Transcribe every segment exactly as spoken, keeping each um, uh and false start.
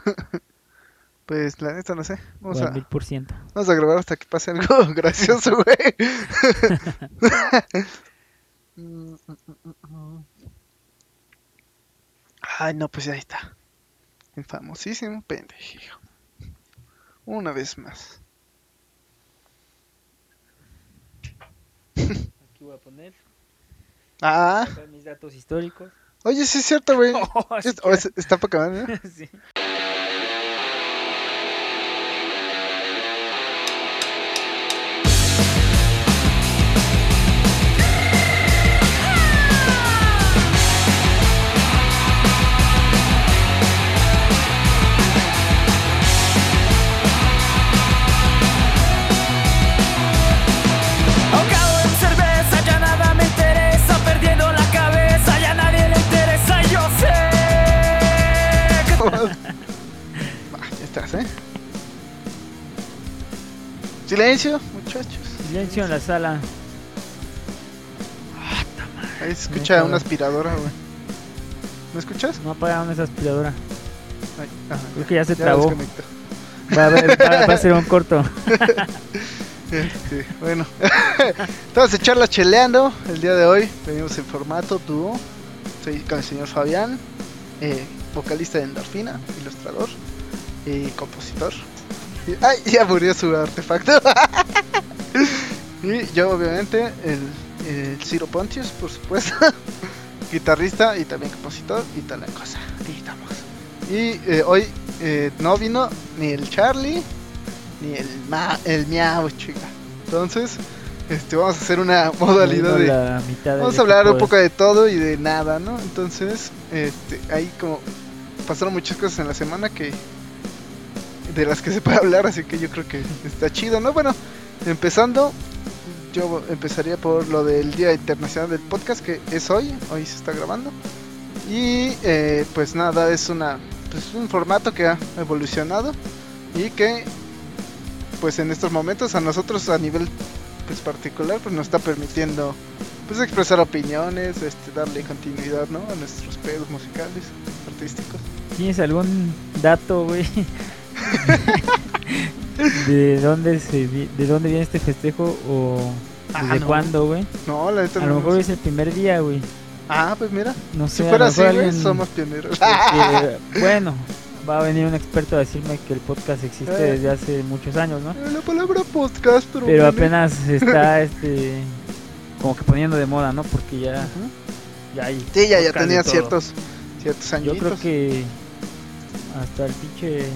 Pues la neta no sé. Vamos O al a, mil por ciento. vamos a grabar hasta que pase algo gracioso, güey. Mm, mm, mm, mm. Ay, no, pues ya está. El famosísimo pendejo. Una vez más. Aquí voy a poner Ah, mis datos históricos. oye, sí es cierto, güey. Oh, Es- o es- está para acabar, ¿no? sí. Ahogado en cerveza, ya nada me interesa. Perdiendo la cabeza, ya nadie le interesa. Yo sé que Ah, ya estás, ¿eh? Silencio, muchachos. Silencio en la sala. Ahí se escucha Neta. una aspiradora, güey. ¿Me escuchas? No apagaron esa aspiradora. Ay, ajá, Creo que ya se la trabó. desconectó. Va a, haber- va- va a ser un corto. Este, bueno, estamos a charla cheleando el día de hoy. Venimos en formato dúo. Soy con el señor Fabián, eh, vocalista de Endorfina, ilustrador y compositor. Y- ¡Ay! Ya murió su artefacto. Y yo, obviamente, el, el Ciro Pontius, por supuesto, guitarrista y también compositor y tal la cosa. Aquí estamos. Y eh, hoy eh, no vino ni el Charlie ni el ma el miau, chica. Entonces, este, vamos a hacer una modalidad de. La mitad del Vamos a hablar un equipo poco de todo y de nada, ¿no? Entonces, este, ahí como pasaron muchas cosas en la semana que de las que se puede hablar, así que yo creo que está chido, ¿no? Bueno, empezando, yo empezaría por lo del Día Internacional del Podcast, que es hoy, hoy se está grabando. Y eh, pues nada, es una pues un formato que ha evolucionado y que pues en estos momentos a nosotros a nivel pues particular pues nos está permitiendo pues expresar opiniones, este darle continuidad, ¿no? A nuestros pedos musicales, artísticos. ¿Tienes algún dato, güey? ¿De dónde se vi- de dónde viene este festejo o Ah, desde no. cuándo, güey? No, la neta A no lo mejor sé. es el primer día, güey. Ah, pues mira, No si sé, a fuera lo así, mejor güey, alguien- somos pioneros. porque, bueno, va a venir un experto a decirme que el podcast existe Eh. desde hace muchos años, ¿no? La palabra podcast, pero, Pero viene- apenas se está este como que poniendo de moda, ¿no? Porque ya, Ujú. ya hay Sí, ya, ya podcast de tenía todo. ciertos ciertos Yo añitos. creo que hasta el pinche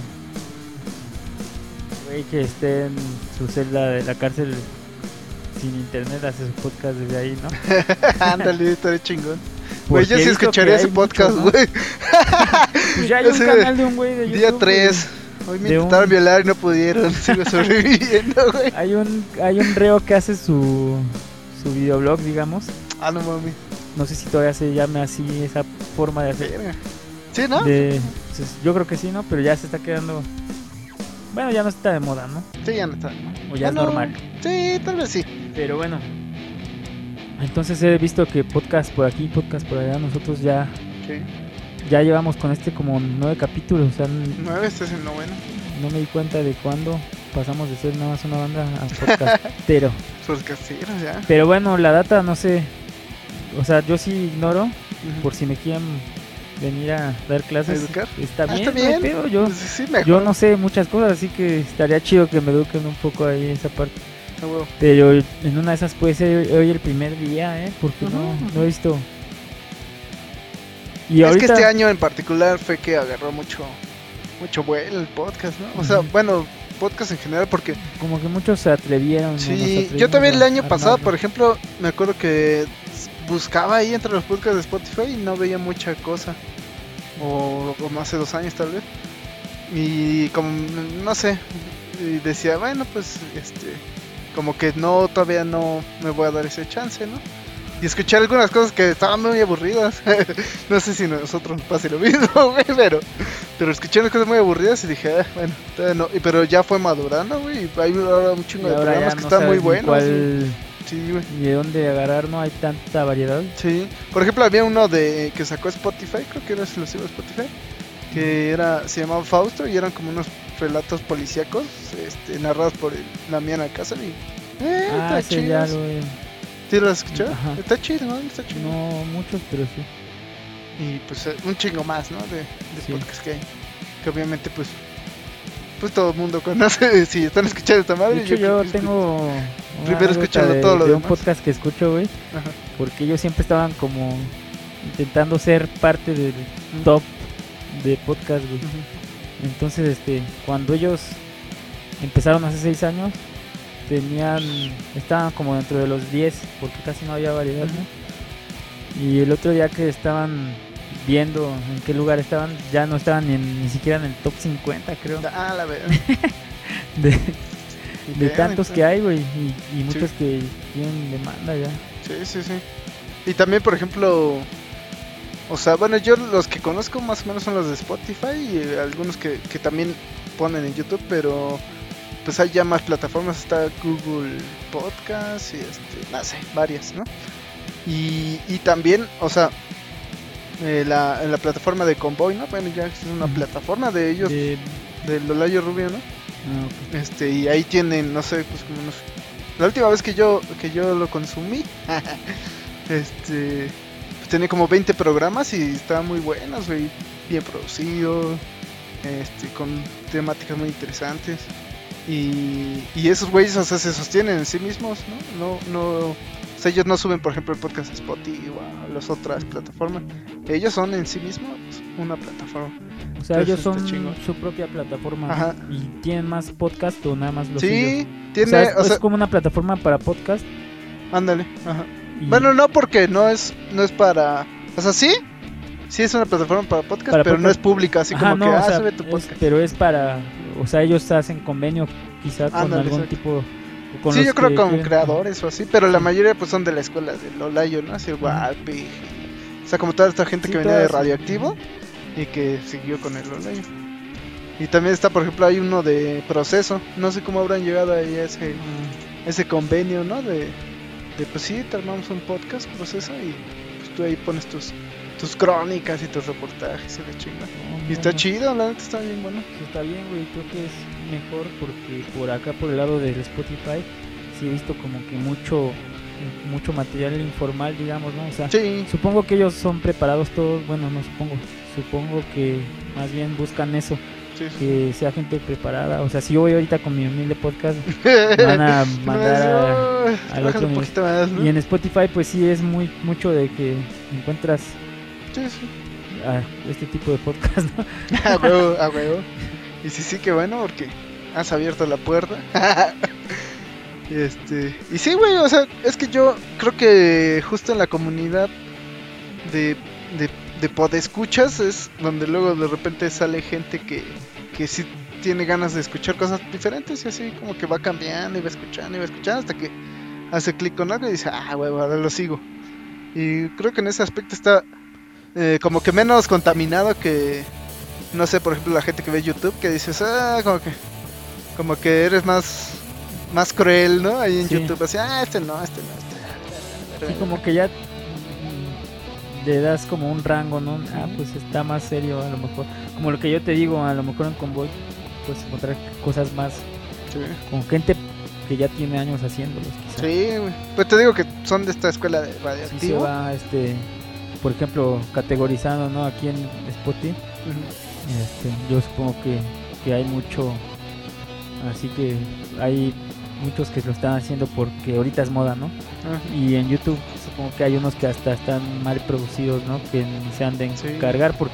güey que esté en su celda de la cárcel sin internet hace su podcast desde ahí, ¿no? Ándale, estaría chingón. Güey, Porque yo he sí visto escucharía que ese hay podcast, muchos, ¿no? güey. Pues ya hay Yo un sé, canal de un güey de YouTube. Día güey. tres. Hoy me de intentaron un- violar y no pudieron. Sigo sobreviviendo, güey. Hay un hay un reo que hace su su videoblog, digamos. Ah, no mames. No sé si todavía se llame así esa forma de hacer. Verga. Sí, ¿no? De, pues, yo creo que sí, ¿no? Pero ya se está quedando. Bueno, ya no está de moda, ¿no? Sí, ya no está. O ya es Bueno, normal. Sí, tal vez sí. Pero bueno. Entonces he visto que podcast por aquí, podcast por allá, nosotros ya Sí. ya llevamos con este como nueve capítulos. O sea, n- Nueve, este es el noveno. no me di cuenta de cuándo pasamos de ser nada más una banda a podcastero. Podcasteros, ya. Pero bueno, la data no sé. O sea, yo sí ignoro. Ujú. Por si me quieren venir a dar clases. ¿A educar? Está Ah, bien, está no hay bien. pedo, yo, Pues sí, mejor. yo no sé muchas cosas, así que estaría chido que me eduquen un poco ahí esa parte. Ah, huevo. Pero en una de esas puede ser hoy, hoy el primer día, ¿eh? Porque Ujú, no, ujú. no he visto. Y Es ahorita, que este año en particular fue que agarró mucho mucho vuelo el podcast, ¿no? O sea, Ujú. bueno, podcast en general porque como que muchos se atrevieron. nos sí, atrevimos yo también el a año pasado, armarlo. por ejemplo, me acuerdo que buscaba ahí entre los podcasts de Spotify y no veía mucha cosa. O como hace dos años tal vez. Y como, no sé, y decía, bueno, pues, este, como que no, todavía no me voy a dar ese chance, ¿no? Y escuché algunas cosas que estaban muy aburridas. No sé si a nosotros nos pase lo mismo, güey, pero, pero escuché unas cosas muy aburridas y dije, ah, bueno, todavía no. Y- pero ya fue madurando, güey, y hay ahora un Y chingo de ahora programas ya que no están muy sabes ni buenos. güey. cuál Sí, güey. ni de dónde agarrar, no hay tanta variedad. Sí, por ejemplo, había uno de que sacó Spotify, creo que era exclusivo de Spotify, que era se llamaba Fausto y eran como unos relatos policíacos, este, narrados por el Damián Alcázar y eh, Ah, está ese chido. ya lo he- ¿Sí lo has escuchado? Ajá. Está chido, ¿no? Está chido. No muchos, pero sí. Y pues eh, un chingo más, ¿no? De, de Sí. podcasts que hay. Que obviamente pues pues todo el mundo conoce. Si están escuchando esta madre, De hecho, yo creo que- tengo una Primero anécdota escúchalo de, todo lo de un demás. podcast que escucho, güey, Ajá. porque ellos siempre estaban como intentando ser parte del top de podcast, güey. Ujú. Entonces, este, cuando ellos empezaron hace seis años, tenían, estaban como dentro de los diez, porque casi no había variedad, ¿no? Y el otro día que estaban viendo en qué lugar estaban, ya no estaban ni, en- ni siquiera en el top cincuenta, creo, Ah, la verdad. de, de tantos que hay, güey, y, y muchos que tienen demanda ya. Sí, sí, sí. Y también, por ejemplo, o sea, bueno, yo los que conozco más o menos son los de Spotify y eh, algunos que, que también ponen en YouTube, pero pues hay ya más plataformas, está Google Podcast y este, no sé, varias, ¿no? Y, y también, o sea, eh, la, la plataforma de Convoy, ¿no? Bueno, ya es una Ujú. plataforma de ellos, De- de Lolayo Rubio, ¿no? ah, ok. Este, y ahí tienen, no sé, pues como unos... La última vez que yo, que yo lo consumí, este, pues tenía como veinte programas y estaban muy buenos, güey, bien producido, este, con temáticas muy interesantes. Y, y esos güeyes, o sea, se sostienen en sí mismos, ¿no? No, no, o sea, ellos no suben, por ejemplo, el podcast a Spotify o a las otras plataformas. Ellos son en sí mismos una plataforma. O sea, ellos Entonces, son está chingón. su propia plataforma, ¿no? Ajá. Y tienen más podcast o nada más los Sí, suyos. tiene, O sea, es, o es sea, como una plataforma para podcast. ándale, ajá. y- Bueno, no, porque no es no es para... O sea, sí, sí es una plataforma para podcast, Para pero no podcast. es pública, así Ajá, como no, que, o ah, sea, sube tu es- podcast. pero es para, o sea, ellos hacen convenio quizá con Ándale, algún exacto. tipo, o con Sí, los yo creo que con quieren- creadores o así, pero la Sí. mayoría pues son de la escuela de Lolayo, ¿no? Así el Ajá. Guapi. O sea, como toda esta gente Sí, que venía de todas. Radioactivo y que siguió con el Lolayo. Y también está, por ejemplo, hay uno de Proceso. No sé cómo habrán llegado ahí a ese, Ah, ese convenio, ¿no? De, de, pues sí, te armamos un podcast, Proceso, y pues tú ahí pones tus, tus crónicas y tus reportajes y la chinga. no, Y está no, chido, la neta está bien bueno. pues está bien, güey, creo que es mejor porque por acá, por el lado del Spotify, sí he visto como que mucho, mucho material informal, digamos, ¿no? O sea, Sí, supongo que ellos son preparados todos, bueno, no supongo, supongo que más bien buscan eso, sí, sí. que sea gente preparada. O sea, si yo voy ahorita con mi humilde podcast, me van a mandar a- Ay, al bájale otro un nivel. poquito más, ¿no? Y en Spotify pues sí es muy mucho de que encuentras Sí, sí. a este tipo de podcast, ¿no? A huevo, a huevo. Y sí, sí, que bueno, porque has abierto la puerta. Y este, y sí, güey, o sea, es que yo creo que justo en la comunidad de, de, de podescuchas es donde luego de repente sale gente que, que sí tiene ganas de escuchar cosas diferentes y así como que va cambiando y va escuchando y va escuchando hasta que hace clic con algo y dice, ah, güey, ahora lo sigo. Y creo que en ese aspecto está eh, como que menos contaminado que, no sé, por ejemplo, la gente que ve YouTube que dices, ah, como que, como que eres más, más cruel, ¿no? Ahí en Sí. YouTube, así, ah, este no, este no, este. Sí, como que ya mm, le das como un rango, ¿no? Ah, pues está más serio a lo mejor. Como lo que yo te digo, a lo mejor en Convoy puedes encontrar cosas más Sí, con gente que ya tiene años haciéndolos, quizá. sí, güey. Pues te digo que son de esta escuela de Sí se radioactivo. va, este, por ejemplo, categorizando, ¿no? Aquí en Spotify. Ujú. Este, yo supongo que, que hay mucho, así que hay muchos que lo están haciendo porque ahorita es moda, ¿no? Ajá. Y en YouTube supongo que hay unos que hasta están mal producidos, ¿no? Que ni se han de Sí. encargar porque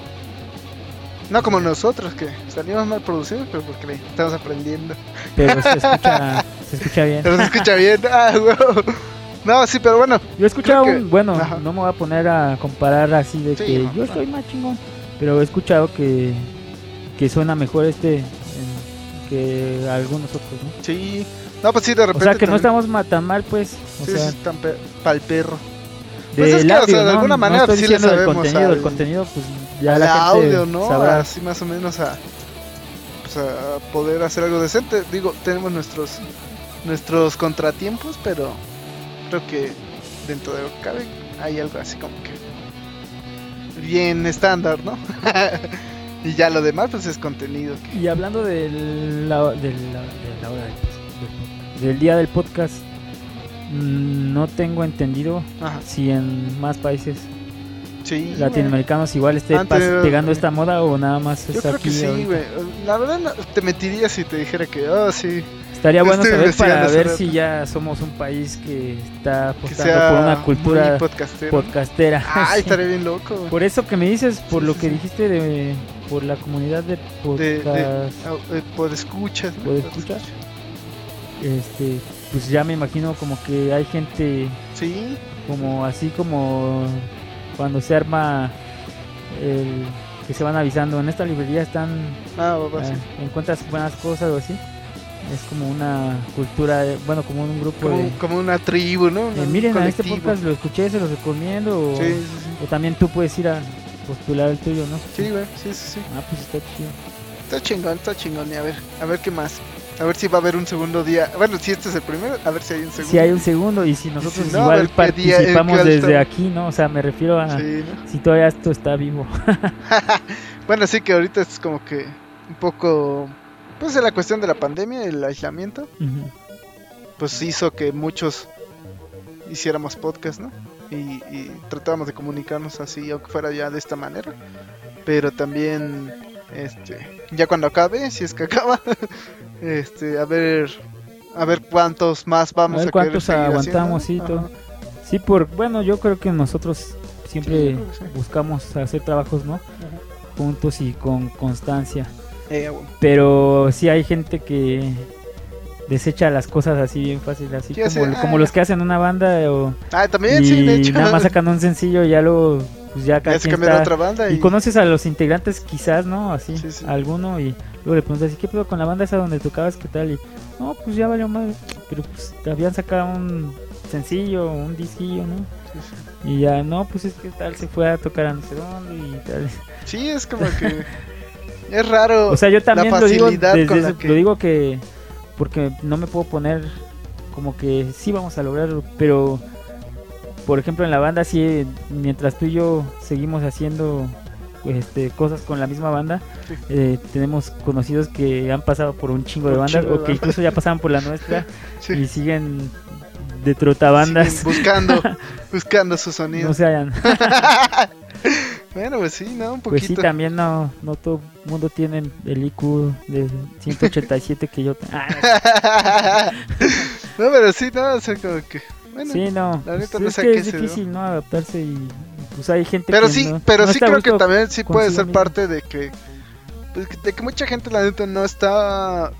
No como nosotros, que salimos mal producidos, pero porque estamos aprendiendo. pero se escucha, se escucha bien. Pero se escucha bien. Ah, güey. No, sí, pero bueno. Yo he escuchado creo que- un, bueno, ajá. no me voy a poner a comparar así de Sí, que no, yo no. soy más chingón, pero he escuchado que, que suena mejor este en- que algunos otros, ¿no? Sí. No, pues sí, de O repente. sea, que no también- estamos ma- tan mal, pues, o Sí, sea, sí, están pe- pa'l perro. de Pues es que, o sea, de ¿no? alguna No manera, estoy sí le diciendo del sabemos contenido, al- del contenido, pues ya Al la gente audio, ¿no? sabrá. Así más o menos a, pues a poder hacer algo decente. Digo, tenemos nuestros nuestros contratiempos, pero creo que dentro de lo que cabe hay algo así como que bien estándar, ¿no? Y ya lo demás pues es contenido. Y hablando del, la, del, la, de la hora del, del día del podcast, mmm, no tengo entendido Ajá. si en más países Sí, latinoamericanos igual esté Antes, pas- pegando esta moda o nada más yo es creo aquí. que sí, ahorita. güey. La verdad no, te mentiría si te dijera que, oh, sí. Estaría Yo bueno estoy saber para investigando ver hace si rato. ya somos un país que está Que apostando sea por una cultura muy podcastero. podcastera. Ah, Sí. estaría bien loco, güey. Por eso que me dices, por Sí, lo sí, que sí. dijiste de por la comunidad de De, podcast, de, eh, podescuchas, ¿no? ¿Podescuchas? este, pues ya me imagino como que hay gente Sí, como así como cuando se arma el que se van avisando en esta librería están ah, va, va, sí. eh, encuentras buenas cosas o así. Es como una cultura, eh, bueno, como un grupo Como, de como una tribu, ¿no? eh, Un miren, a este colectivo. podcast lo escuché, se los recomiendo. O, Sí, sí, sí. o también tú puedes ir a postular el tuyo, ¿no? Sí, güey, sí, sí, sí. Ah, pues está chido. Está chingón, está chingón. Y a ver, a ver qué más. A ver si va a haber un segundo día. Bueno, si este es el primero, a ver si hay un segundo. Si hay un segundo y si nosotros si no, a igual ver qué día- en qué participamos hora desde estamos. aquí, ¿no? O sea, me refiero a Sí, ¿no? si todavía esto está vivo. Bueno, sí que ahorita es como que un poco. Pues la cuestión de la pandemia, el aislamiento, Ujú. pues hizo que muchos hiciéramos podcast, ¿no? Y, y tratábamos de comunicarnos así, aunque fuera ya de esta manera. Pero también, este, ya cuando acabe, si es que acaba, este, a ver, a ver cuántos más A vamos a, ver querer cuántos seguir aguantamos haciendo. y todo. Ajá. Sí, por bueno, yo creo que nosotros siempre Sí, yo creo que sí. buscamos hacer trabajos, ¿no? Juntos y con constancia. Eh, bueno. Pero sí hay gente que desecha las cosas así bien fácil, así Sí, como, así, como ah, los que hacen una banda o, Ah, también, y sí, de hecho. nada más sacan un sencillo y ya luego pues ya cada Ya se quien cambiaron a está- otra banda. y Y, conoces a los integrantes quizás, ¿no? Así, Sí, sí. alguno y luego le preguntas, ¿y qué pedo con la banda esa donde tocabas? ¿Qué tal? Y no, pues ya valió mal, pero pues te habían sacado un sencillo, un disquillo, ¿no? Sí, sí. Y ya, no, pues es que tal, se fue a tocar a no sé dónde y tal. Sí, es como que es raro. O sea, yo también la lo digo facilidad desde con ese- la que- lo digo que porque no me puedo poner como que sí vamos a lograrlo, pero por ejemplo en la banda sí, mientras tú y yo seguimos haciendo pues, este cosas con la misma banda, Sí. eh, tenemos conocidos que han pasado por un chingo Por de un bandas chingo de o que bandas. incluso ya pasaban por la nuestra Sí. y siguen de trotabandas. Siguen buscando, buscando su sonido. No se hayan. Bueno, pues sí, ¿no? Un Pues sí, poquito. también no, no todo el mundo tiene el I Q de ciento ochenta y siete que yo tengo. Ah, No, pero sí, no, o sea, como que. Bueno, sí, no. la neta pues no es sé a que qué es se difícil, ¿no? Adaptarse y pues hay gente pero que sí, no- pero no sí está a creo que gusto también sí puede consigo ser mismo. parte de que. Pues, que- de que mucha gente, la neta, no está.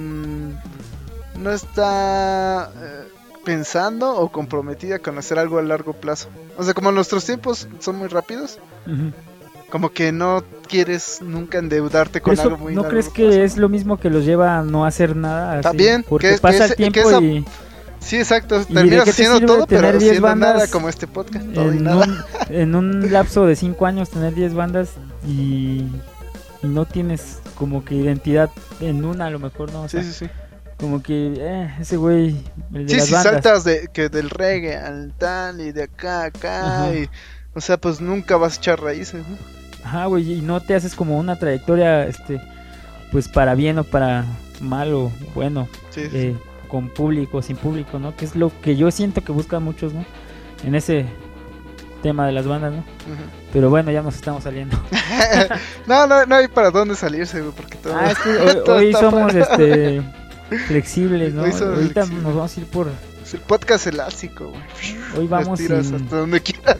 mm, no está. eh, pensando o comprometida con hacer algo a largo plazo. O sea, como nuestros tiempos son muy rápidos, Ujú. como que no quieres nunca endeudarte Pero con eso, algo muy ¿no largo crees que plazo, es lo mismo que los lleva a no hacer nada? Así? También, Porque que es- pasa que el es- tiempo que esa- y Sí, exacto. ¿Y de Terminas qué te haciendo sirve todo, pero tener diez haciendo nada bandas como este podcast. Todo y en nada. un, en un lapso de cinco años tener diez bandas y, y no tienes como que identidad en una a lo mejor, ¿no? O sea, Sí, sí, sí. como que eh, ese güey, el de Sí, las si bandas. saltas de, que del reggae al tal y de acá a acá. Ajá. Y, o sea, pues nunca vas a echar raíces, ¿no? Ajá, güey, y no te haces como una trayectoria, este, pues para bien o para mal o bueno, Sí, sí. eh, con público, sin público, ¿no? Que es lo que yo siento que buscan muchos, ¿no? En ese tema de las bandas, ¿no? Ujú. Pero bueno, ya nos estamos saliendo. no, no, no hay para dónde salirse, güey, porque todo. Ah, es que hoy, todo hoy está somos, para- este, flexibles, ¿no? Hoy somos Ahorita flexibles. nos vamos a ir por, Es el podcast elástico, güey. hoy vamos Estiras sin, hasta donde quieras.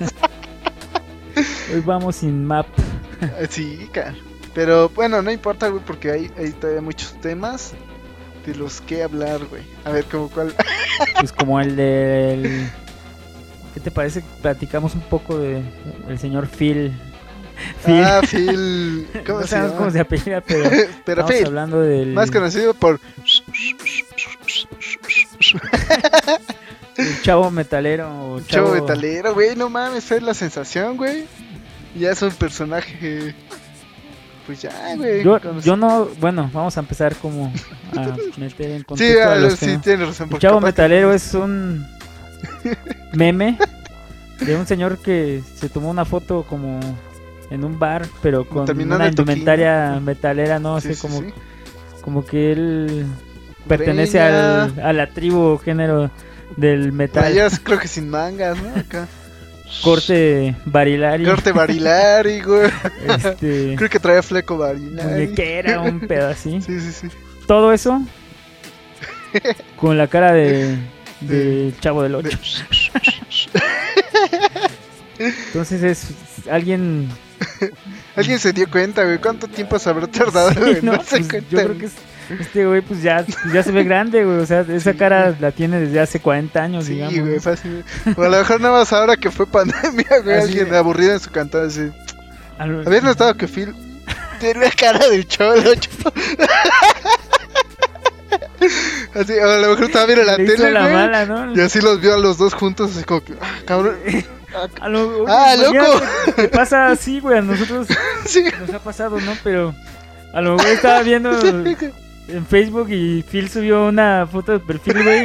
hoy vamos sin map. Sí, cara. Pero bueno, no importa, güey, porque hay, hay todavía muchos temas de los que hablar, güey. A ver, como cuál. Pues como el del... ¿Qué te parece? Platicamos un poco de el señor Phil. Phil. Ah, Phil. ¿Cómo No se sabemos llama? cómo se apellida, pero Pero estamos Phil, hablando del más conocido por. el chavo metalero o Chavo chavo, metalero, güey, no mames, es la sensación, güey. Ya es un personaje. Pues ya, güey. Yo, con- yo no, bueno, vamos a empezar como a meter en Sí, contexto a ah, los que sí, no. tienes razón. El porque chavo capaz que- metalero es un meme de un señor que se tomó una foto como en un bar, pero con Terminando una el toquín, indumentaria ¿no? metalera, no Sí, sé, sí, como, sí. como que él pertenece Greña. al, a la tribu o género del metal. Playeras creo que sin mangas, ¿no? Acá. Corte barilari. Corte barilari, güey. Este, Creo que traía fleco barilari. muñequera, un pedo así. Sí, sí, sí. Todo eso con la cara de, de Chavo del Ocho. Entonces es alguien. Alguien se dio cuenta, güey. ¿Cuánto tiempo se habrá tardado Sí, en ¿no? darse Pues cuenta? yo creo que es- este güey pues ya, pues ya se ve grande, güey. O sea, esa Sí, cara güey. la tiene desde hace cuarenta años, Sí, digamos. güey, ¿no? fácil. O a lo mejor nada más ahora que fue pandemia, güey. Así Alguien de- aburrido en su cantada así. A lo- Habías notado que Phil tiene la cara del Chavo del Ocho. Así, a lo mejor estaba viendo la le hizo tele, la güey. mala, ¿no? Y así los vio a los dos juntos, así como que, ah, cabrón. A lo- Ah, oye, loco. imagínate, te pasa así, güey. A nosotros Sí, nos ha pasado, ¿no? Pero a lo mejor estaba viendo en Facebook y Phil subió una foto de perfil, güey.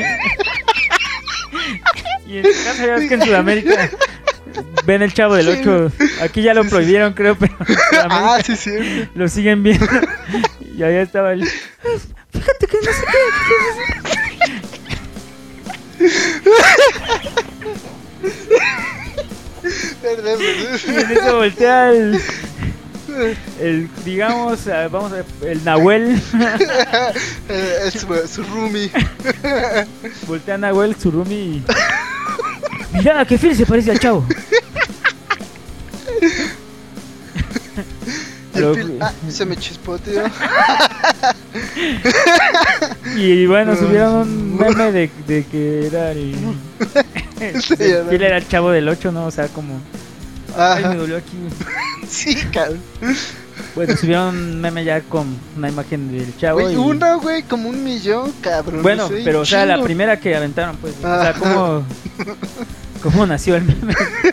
Y en tu casa ya ves que en Sudamérica ven el Chavo del Sí. Ocho. Aquí ya lo Sí, sí. prohibieron, creo, pero en Sudamérica ah, sí, sí. lo siguen viendo. Y allá estaba él. Fíjate que no sé qué. Y en eso voltea el, el digamos, eh, vamos a el Nahuel. Eh, es su, su roomie. Voltea Nahuel, su roomie y... Mira, que Phil se parece al Chavo. Y el Lo- Phil, ah, se me chispoteó. Y bueno, subieron un meme de, de que era el... Sí, el ya, Phil era el Chavo del Ocho, ¿no? O sea, como... Ay, Ajá. me dolió aquí, güey. Sí, cabrón. Bueno, subieron un meme ya con una imagen del Chavo. Güey, y... una, güey, como un millón, cabrón. Bueno, sí, pero o sea, la chingo. primera que aventaron, pues. O sea, Ah. cómo, cómo nació el meme.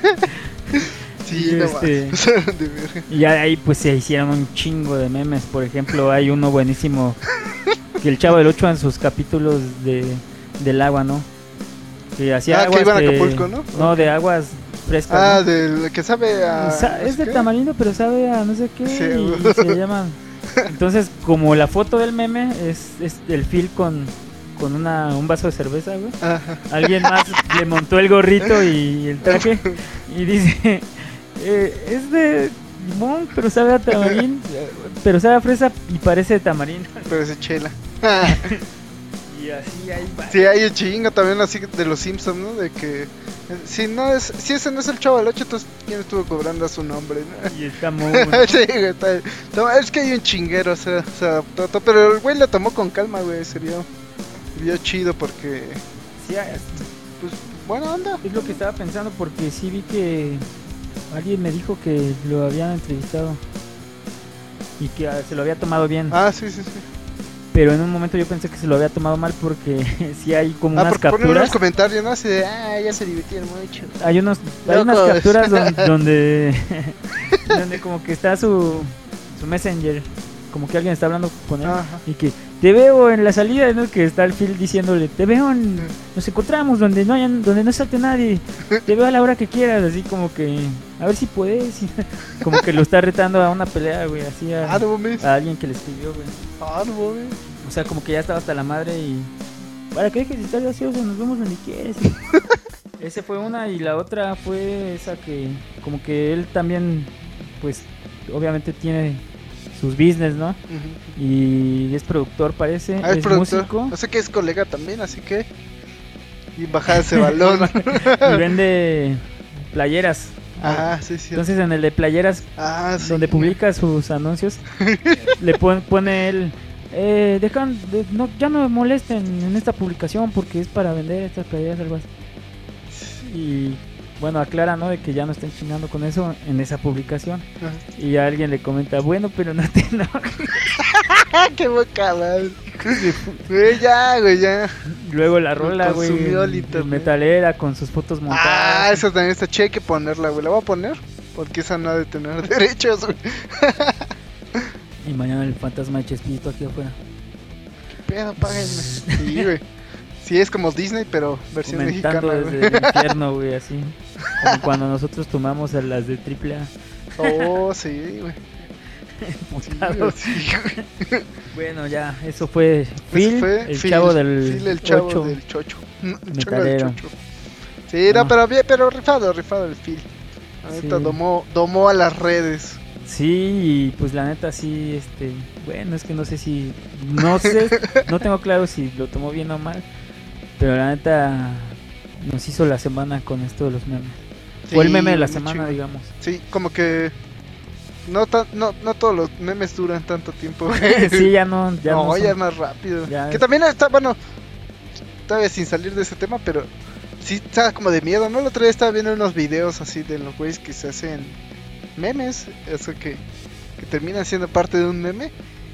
Sí, y no este- más. De verga. Y ya de ahí pues se hicieron un chingo de memes. Por ejemplo, hay uno buenísimo que el Chavo del Ocho en sus capítulos de del agua, ¿no? Que hacía Ah, que aguas iban a de- Acapulco, ¿no? No, de aguas frescas. Ah, ¿no? del que sabe a. Sa- no es sé de qué. tamarindo, pero sabe a no sé qué. Sí, y güey. se llaman. Entonces, como la foto del meme es, es el Phil con, con una, un vaso de cerveza, güey. Ajá. Alguien más le montó el gorrito y el traje y dice, eh, es de limón, pero sabe a tamarindo, pero sabe a fresa y parece de tamarindo. Pero ese chela. Y así ahí va. Sí, hay un chingo también así de los Simpsons, ¿no? De que eh, si no es, si ese no es el Chavo del Ocho, entonces quién estuvo cobrando a su nombre, ¿no? Y está muy bueno. Sí, güey, está- está- es que hay un chinguero, o sea, o sea, to- to- pero el güey lo tomó con calma, güey, se vio, se vio chido porque, Sí, pues, buena onda. es lo que estaba pensando porque sí vi que alguien me dijo que lo habían entrevistado y que ah, se lo había tomado bien. Ah, sí, sí, sí. Pero en un momento yo pensé que se lo había tomado mal porque sí hay como Ah, unas porque ponen capturas. unos comentarios, ¿no? Así de, ah, ya se divirtieron mucho. Hay unos hay unas Locos. capturas don- donde donde como que está su su messenger, como que alguien está hablando con él Ajá. y que te veo en la salida, ¿no? Que está el Phil diciéndole, te veo en, nos encontramos donde no hayan, donde no salte nadie, te veo a la hora que quieras, así como que a ver si puedes, como que lo está retando a una pelea, güey, así a, Ah, no mames. a alguien que le escribió, güey. Ah, no mames. O sea, como que ya estaba hasta la madre y... Para que dejes de estar gracioso, nos vemos donde quieres. Esa fue una y la otra fue esa que... Como que él también, pues, obviamente tiene sus business, ¿no? Ujú. Y es productor, parece. Ah, es es productor. músico. O sea que es colega también, así que. Y bajar ese balón. Y vende playeras. Ah, sí, sí. Entonces en el de playeras, Ah, sí. donde publica sus anuncios, le pon- pone él... Eh, dejan, de- no, ya no me molesten en esta publicación porque es para vender estas playeras, algo así. Y bueno, aclara, ¿no? De que ya no estén chingando con eso en esa publicación. Ajá. Y a alguien le comenta, bueno, pero no te enojes. ¡Qué boca, madre! Güey, ya, güey, ya. Luego la rola, güey, Consumió el en- en internet. metalera con sus fotos montadas. Ah, esa también está chida, hay que ponerla, güey. La voy a poner porque esa no ha de tener derechos, güey. Y mañana el fantasma de Chespirito aquí afuera. ¿Qué pedo? Páguenme. Sí, güey. Sí, es como Disney, pero versión Comentando mexicana, desde güey. el infierno, güey, así. Como cuando nosotros tomamos a las de triple A. Oh, sí, güey. Emputado. Sí, güey. Bueno, ya, eso fue Ese Phil, fue el Phil, chavo del Phil, el chavo ocho. del chocho. El chavo del Metalero. chocho. Sí, no, No. pero bien, pero rifado, rifado el Phil. Ahorita Sí. domó, domó a las redes. Sí, y pues la neta sí, este, bueno, es que no sé si, no sé, no tengo claro si lo tomó bien o mal, pero la neta nos hizo la semana con esto de los memes. Sí, o el meme de la muy semana, chido. digamos. Sí, como que no, tan, no, no todos los memes duran tanto tiempo. güey. Sí, ya no, ya no, no, ya son- es más rápido. ya que es- también está, bueno, todavía sin salir de ese tema, pero sí está como de miedo, ¿no? El otro día estaba viendo unos videos así de los güeyes que se hacen memes, eso que, que terminan siendo parte de un meme.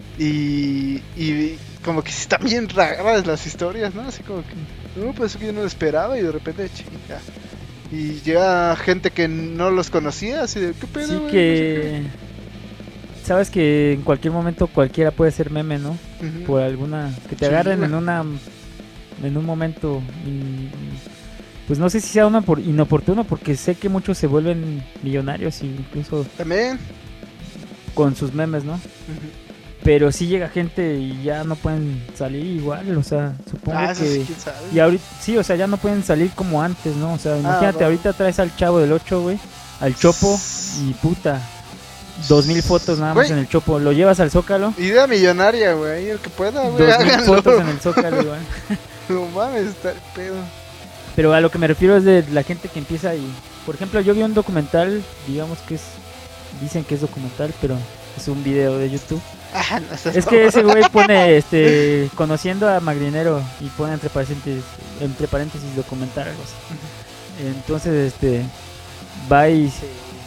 Y, y como que sí están bien raras las historias, ¿no? Así como que, no, pues que yo no lo esperaba y de repente, chinga. Y llega gente que no los conocía, así de, ¿qué pedo, sí güey? No sé que, sabes que en cualquier momento cualquiera puede ser meme, ¿no? qué". Ujú. Por alguna, que te Sí, agarren güey. en una, en un momento, in- pues no sé si sea uno por inoportuno, porque sé que muchos se vuelven millonarios incluso También. con sus memes, ¿no? Ujú. Pero sí llega gente y ya no pueden salir igual, o sea, supongo Ah, eso que... sí, quién sabe. Y ahorita, sí, o sea, ya no pueden salir como antes, ¿no? O sea, imagínate, va. ahorita traes al chavo del ocho, güey, al Chopo, y puta, dos mil fotos nada más Güey. en el Chopo. Lo llevas al Zócalo, Idea millonaria, güey, el que pueda, güey, dos mil háganlo. fotos en el Zócalo igual. No mames, está el pedo. Pero a lo que me refiero es de la gente que empieza y... Por ejemplo, yo vi un documental, digamos que es... Dicen que es documental, pero es un video de YouTube. Ah, no, estás Es que ese güey pone, este, conociendo a Magdinero y pone entre paréntesis, entre paréntesis documental, algo así. Entonces, este, va y se,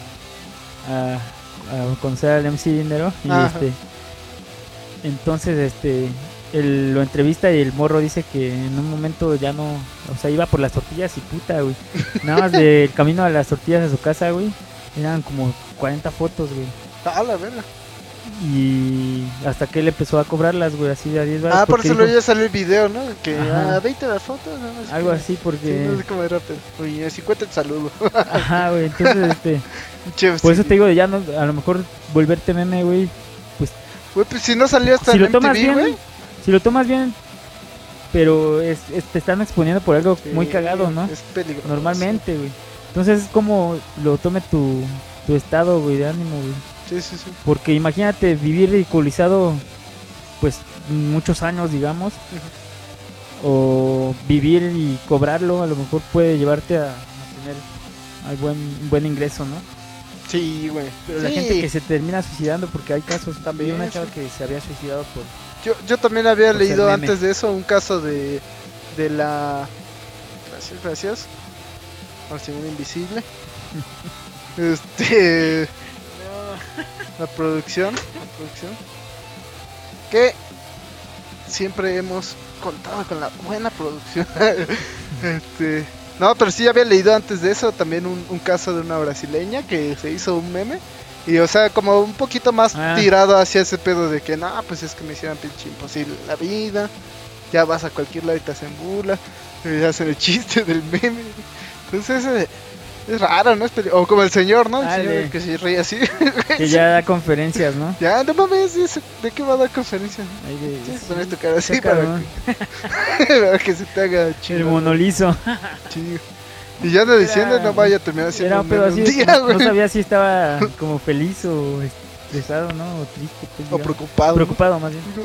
a, a conocer al M C Dinero y Ajá. este, entonces, este, él lo entrevista y el morro dice que en un momento ya no, o sea, iba por las tortillas y puta, güey. Nada más del camino a las tortillas a su casa, güey, eran como cuarenta fotos, güey. Ah, la verga. Y hasta que él empezó a cobrarlas, güey, así de a diez baros. Ah, por porque eso lo dijo- ya salió el video, ¿no? Que Ajá. ah, veinte las fotos, ¿no? Así Algo que- así, Sí, porque... no sé cómo era, pero. Oye, cincuenta te saludo. Ajá, güey, entonces, este... Che, Por sí. eso te digo, ya no, a lo mejor volverte meme, güey. Güey, pues si no salió hasta Si en lo tomas M T V, bien, güey. si lo tomas bien, pero es, es- te están exponiendo por algo muy Sí, cagado, ¿no? Es peligroso. Normalmente, güey. Entonces es como lo tome tu, tu estado, güey, de ánimo, güey. Sí, sí, sí. Porque imagínate vivir ridiculizado, pues, muchos años, digamos. O vivir y cobrarlo, a lo mejor puede llevarte a, a tener al buen, un buen ingreso, ¿no? Sí, güey. Pero la Sí. gente que se termina suicidando, porque hay casos también. También, Una chava sí. que se había suicidado por... Yo, yo también había Por ser leído meme. antes de eso un caso de, de la... Gracias, gracias. Al señor invisible. este... La producción. La producción. Que siempre hemos contado con la buena producción. este... No, pero sí había leído antes de eso también un, un caso de una brasileña que se hizo un meme. Y o sea, como un poquito más Ah. tirado hacia ese pedo de que no, pues es que me hicieron pinche imposible la vida. Ya vas a cualquier lado y te hacen burla. Y hacen el chiste del meme. Entonces eh, es raro, ¿no? Es peli- o como el señor, ¿no? El Ah, señor de- que se ríe así. Que ya da conferencias, ¿no? Ya, no mames, ¿de ¿de qué va a dar conferencia? Ahí de- Tienes que sí, poner tu cara así está para cabrón. que, para que se te haga El chido. monolizo. chido. Y ya ando diciendo, Era- no vaya a terminar haciendo Era un un pedo meme así, un de día, que no, no güey. sabía si estaba como feliz o estresado, ¿no? O triste, pues, O digamos. preocupado. Preocupado, más bien.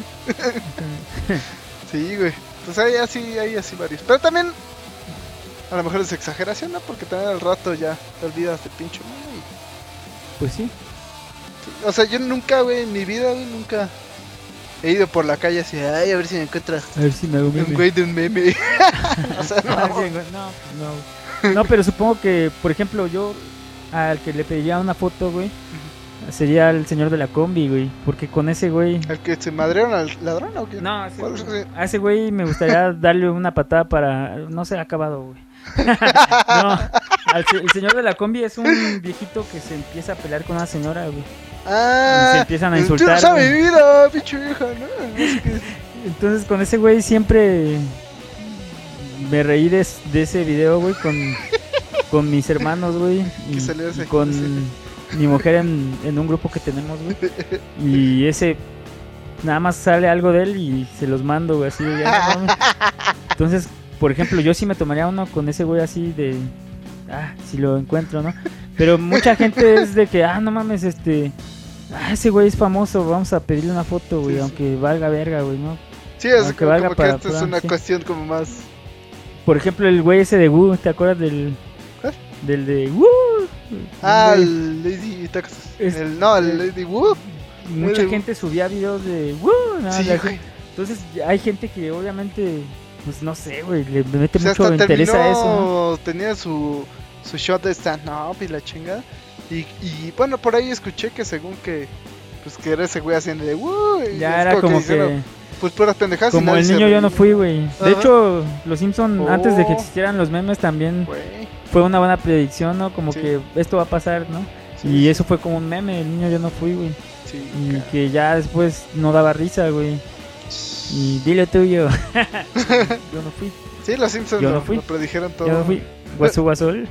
Sí, güey. Pues hay así, hay así varios. Pero también, a lo mejor es exageración, ¿no? Porque también al rato ya te olvidas del pinche meme. y- Pues sí. sí. O sea, yo nunca, güey, en mi vida, güey, nunca he ido por la calle así, ay, a ver si me encuentro A ver si me hago un meme. güey de un meme. o sea, Ah, no. sí, güey, no, no. No, pero supongo que, por ejemplo, yo al que le pediría una foto, güey, sería el señor de la combi, güey. Porque con ese güey... ¿El que se madrearon al ladrón o qué? No, ese ¿Cuál güey- es? a ese güey me gustaría darle una patada para... No se ha acabado, güey. No, al se- el señor de la combi es un viejito que se empieza a pelear con una señora, güey. Ah, Y se empiezan a Tú insultar, no sabes güey. mi vida, pinche vieja, ¿no? No sé qué. Entonces con ese güey siempre me reí de, de ese video, güey, con, con mis hermanos, güey. Que Y, salió ese- y con... ese. mi mujer en, en un grupo que tenemos, güey. Y ese, nada más sale algo de él y se los mando, güey, así de ya, no mames. Entonces, por ejemplo, yo sí me tomaría uno con ese güey así de, ah, si lo encuentro, ¿no? Pero mucha gente es de que, ah, no mames, este, ah, ese güey es famoso, vamos a pedirle una foto, güey, sí, aunque sí. valga verga, güey, ¿no? Sí, es como, valga como para, que esta es una sí. cuestión como más... Por ejemplo, el güey ese de Woo, ¿te acuerdas del... ¿Qué? Del de Woo? Ah, el Lady Texas. Es, el, no, el Lady Woo. Mucha el... gente subía videos de Woo. No, sí, güey. Entonces hay gente que obviamente, pues no sé, güey, le mete o sea, mucho interés a eso, ¿no? Tenía su, su shot de stand-up y la chingada. Y, y bueno, por ahí escuché que según que, pues que era ese güey haciendo de Woo. Ya era como que... que... Pues puras pendejadas. Como el niño yo no fui, güey. De Ajá. hecho, los Simpson oh. antes de que existieran los memes también wey. fue una buena predicción, ¿no? Como sí. que esto va a pasar, ¿no? Sí, y sí. eso fue como un meme, el niño yo no fui, güey. Sí, y claro. que ya después no daba risa, güey. Y dile tuyo. Yo no fui. Sí, los Simpsons yo no lo, fui. lo predijeron todo. Yo no fui. Guasu Guasol.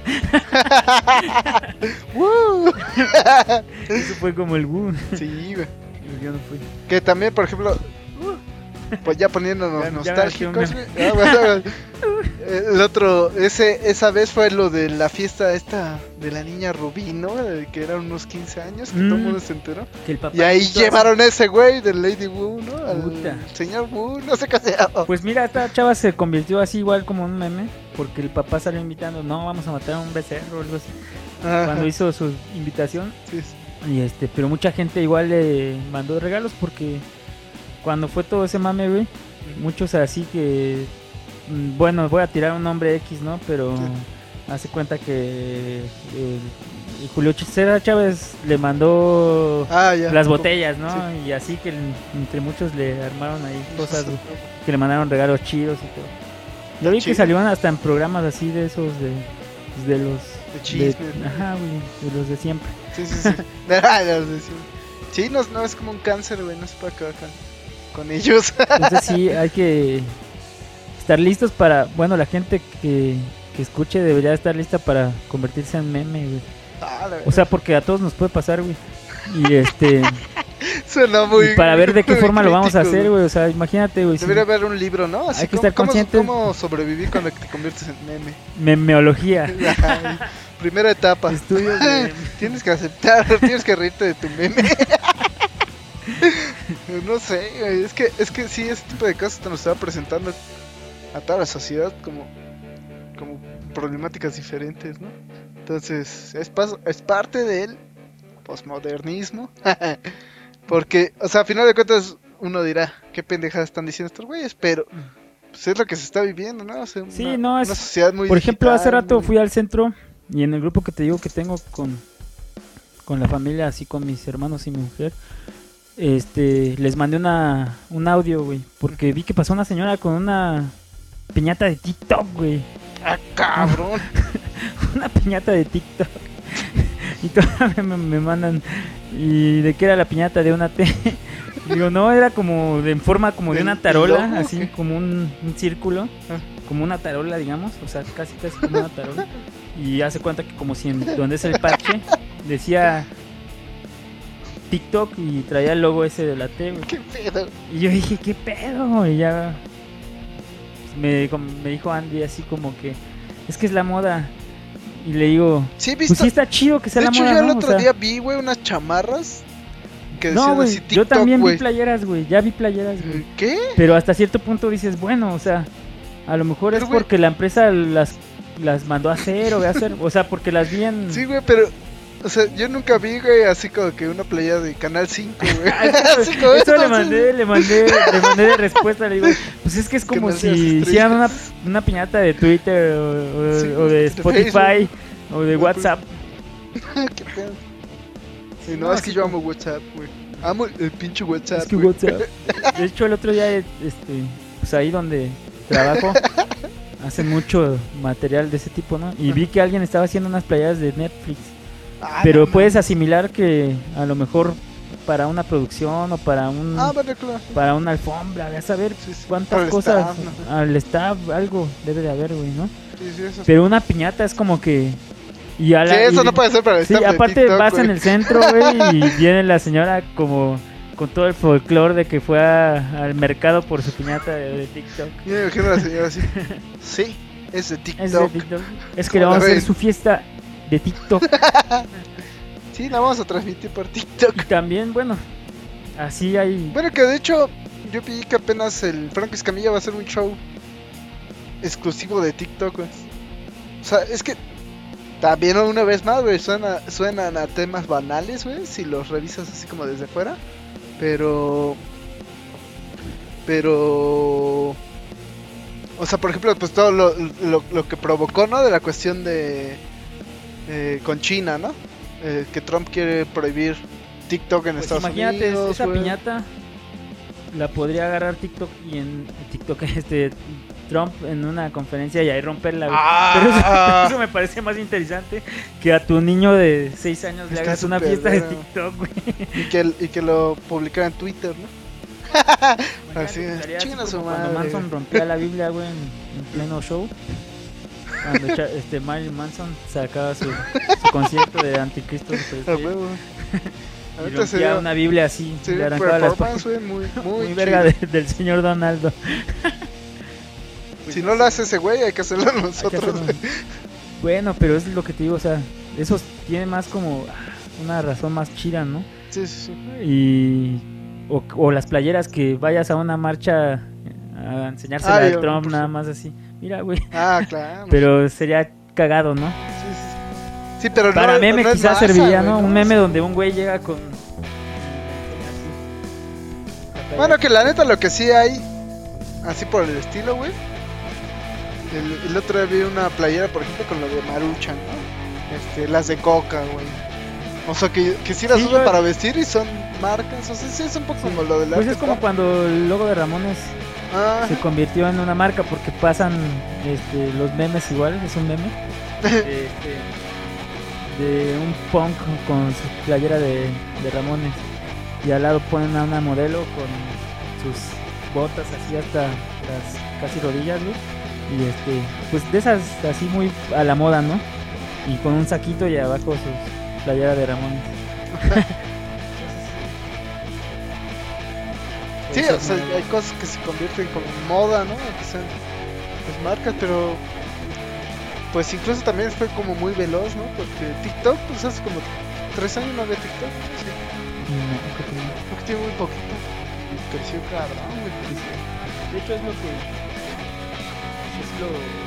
Eso fue como el Woo. Sí, güey. Yo no fui. Que también, por ejemplo, pues ya poniéndonos ya, nostálgicos, ya, ah, bueno, el otro, ese, esa vez fue lo de la fiesta esta de la niña Rubí, ¿no? De que eran unos quince años, que mm. todo el mundo se enteró. Que el papá y ahí llevaron a ese güey del Lady Woo, ¿no? Al Puta. señor Woo, no sé qué se llama. Pues mira, esta chava se convirtió así igual como un meme, porque el papá salió invitando, no, vamos a matar a un becerro o algo así. Ajá. Cuando hizo su invitación. Sí, sí. Y este, pero mucha gente igual le mandó regalos porque cuando fue todo ese mame, güey, muchos así que, bueno, voy a tirar un nombre X, ¿no? Pero sí. hace cuenta que eh, Julio César Chávez le mandó ah, ya, las botellas, ¿no? Sí. Y así que entre muchos le armaron ahí cosas, güey, que le mandaron regalos chidos y todo. Yo vi que salieron hasta en programas así de esos de, de los... De chismes. Ajá, güey, de los de siempre. Sí, sí, sí. de los de siempre. Sí, no, no es como un cáncer, güey, no se puede acabar con... con ellos. Entonces sí, hay que estar listos para, bueno, la gente que, que escuche debería estar lista para convertirse en meme, güey. Ah, o sea, porque a todos nos puede pasar, güey. Y este suena muy y para ver de qué forma crítico, lo vamos a hacer, güey. O sea, imagínate, güey. Debería si... haber un libro, ¿no? Así hay que como, estar conscientes. ¿cómo, ¿Cómo sobrevivir cuando te conviertes en meme? Memeología. Primera etapa. Estudios de... Tienes que aceptar, tienes que reírte de tu meme. No sé, es que es que sí, ese tipo de cosas te nos estaba presentando a toda la sociedad como, como problemáticas diferentes, ¿no? Entonces, es, paso, es parte del posmodernismo. Porque, o sea, a final de cuentas, uno dirá, qué pendejadas están diciendo estos güeyes, pero pues es lo que se está viviendo, ¿no? O sea, sí, una, no, es, una sociedad muy por digital, ejemplo, hace rato muy... fui al centro y en el grupo que te digo que tengo con, con la familia, así con mis hermanos y mi mujer, este, les mandé una un audio, güey, porque vi que pasó una señora con una piñata de TikTok, güey. Ah, cabrón. Una piñata de TikTok. Y todavía me, me mandan, ¿y de qué era la piñata? De una T. Digo, no, era como de, en forma como de una tarola, logo, así, ¿qué? Como un, un círculo, ah. como una tarola, digamos, o sea, casi casi como una tarola. Y hace cuenta que como si en donde es el parche decía TikTok y traía el logo ese de la T, güey. ¿Qué pedo? Y yo dije, ¿qué pedo? Y ya me, me dijo Andy así como que es que es la moda. Y le digo, sí, pues sí está chido que sea de la hecho, moda, yo el ¿no? otro o sea, día vi, güey, unas chamarras que decían no, güey, así TikTok, yo también wey. vi playeras, güey, ya vi playeras, güey. ¿Qué? Pero hasta cierto punto dices, bueno, o sea, a lo mejor pero, es porque wey, la empresa las las mandó a hacer o a hacer, o sea, porque las vi en... Sí, güey, pero... O sea, yo nunca vi, güey, así como que una playera de Canal cinco, güey. Así como eso le mandé, le mandé, le mandé de respuesta, le digo, pues es que es como si hicieran una, una piñata de Twitter o, o, sí, o de Spotify o de WhatsApp. Qué pedo. Sí, no, no, es que yo amo WhatsApp, güey. Amo el pinche WhatsApp, es que WhatsApp. De hecho, el otro día, este, pues ahí donde trabajo, hacen mucho material de ese tipo, ¿no? Y vi que alguien estaba haciendo unas playeras de Netflix. Ah, pero no, puedes no. asimilar que a lo mejor para una producción o para un ah, vale, claro. para una alfombra, a saber sí, sí. cuántas cosas staff, ¿no? Al staff algo debe de haber, güey, ¿no? Sí, sí, eso pero una piñata es como que Y a la, Sí, eso y- no puede ser para el Sí, staff de aparte TikTok, vas güey. en el centro, güey, y viene la señora como con todo el folclore de que fue a- al mercado por su piñata de, de TikTok. Yo me imagino a la señora así. Sí, es de TikTok. Es de TikTok. Es que le ¿Cómo vamos a la hacer ven? su fiesta de TikTok. Sí, la vamos a transmitir por TikTok. Y también, bueno, así hay... Bueno, que de hecho, yo vi que apenas el Franco Escamilla va a hacer un show exclusivo de TikTok, güey. O sea, es que también una vez más, güey, suena, suenan a temas banales, güey, si los revisas así como desde fuera. Pero... Pero... O sea, por ejemplo, pues todo lo, lo, lo que provocó, ¿no? De la cuestión de... eh, con China, ¿no? Eh, que Trump quiere prohibir TikTok en Pues Estados imagínate, Unidos, esa güey. piñata la podría agarrar TikTok y en TikTok este Trump en una conferencia y ahí romperla, güey. Pero eso, Ah, eso me parece más interesante que a tu niño de seis años le Está hagas una súper fiesta de raro. TikTok, güey. y, que, y que lo publicara en Twitter, ¿no? Así, Imagínate, estaría así chingan a su como cuando madre. Manson rompía la Biblia, güey, en, en pleno show. Cuando Cha- este Marilyn Manson sacaba su, su concierto de Anticristo A Superestrella huevo. y Ahorita rompía sería, una Biblia así, le sería un arrancaba las performance, güey, muy, muy, muy verga chido. de- del señor Donaldo. Si no lo hace ese güey, hay que hacerlo Hay que nosotros. hacerlo. güey. Bueno, pero es lo que te digo, o sea, eso tiene más como ah, una razón más chida, ¿no? Sí, sí, sí. Y o, o las playeras que vayas a una marcha a enseñársela Ah, al yo, Trump por nada su- más así. Mira, güey, Ah, claro. pero sería cagado, ¿no? Sí, sí. Sí, pero Para no, meme no es quizás masa, serviría, güey, ¿no? no, Un meme sí. donde un güey llega con... Bueno, que la neta lo que sí hay, así por el estilo, güey. El, el otro día vi una playera, por ejemplo, con lo de Maruchan, ¿no? Este, las de Coca, güey. O sea, que, que sí las Sí, usan yo- para vestir y son marcas. O sea, sí es un poco como lo de la Pues es como cuando el logo de Ramones Ah, se convirtió en una marca porque pasan este, los memes igual, es un meme. de, este, de un punk con su playera de, de Ramones y al lado ponen a una modelo con sus botas así hasta las casi rodillas, güey. Y este, pues de esas así muy a la moda, ¿no? Y con un saquito y abajo su playera de Ramones. sí, Eso o sea, no- hay cosas que se convierten como en moda, ¿no? Que sean pues, marcas, pero pues incluso también fue como muy veloz, ¿no? Porque TikTok, pues hace como tres años no había TikTok. Sí, no, creo que no. creo que tiene muy poquito. Y creció cabrón, güey. creció. De hecho es lo que es lo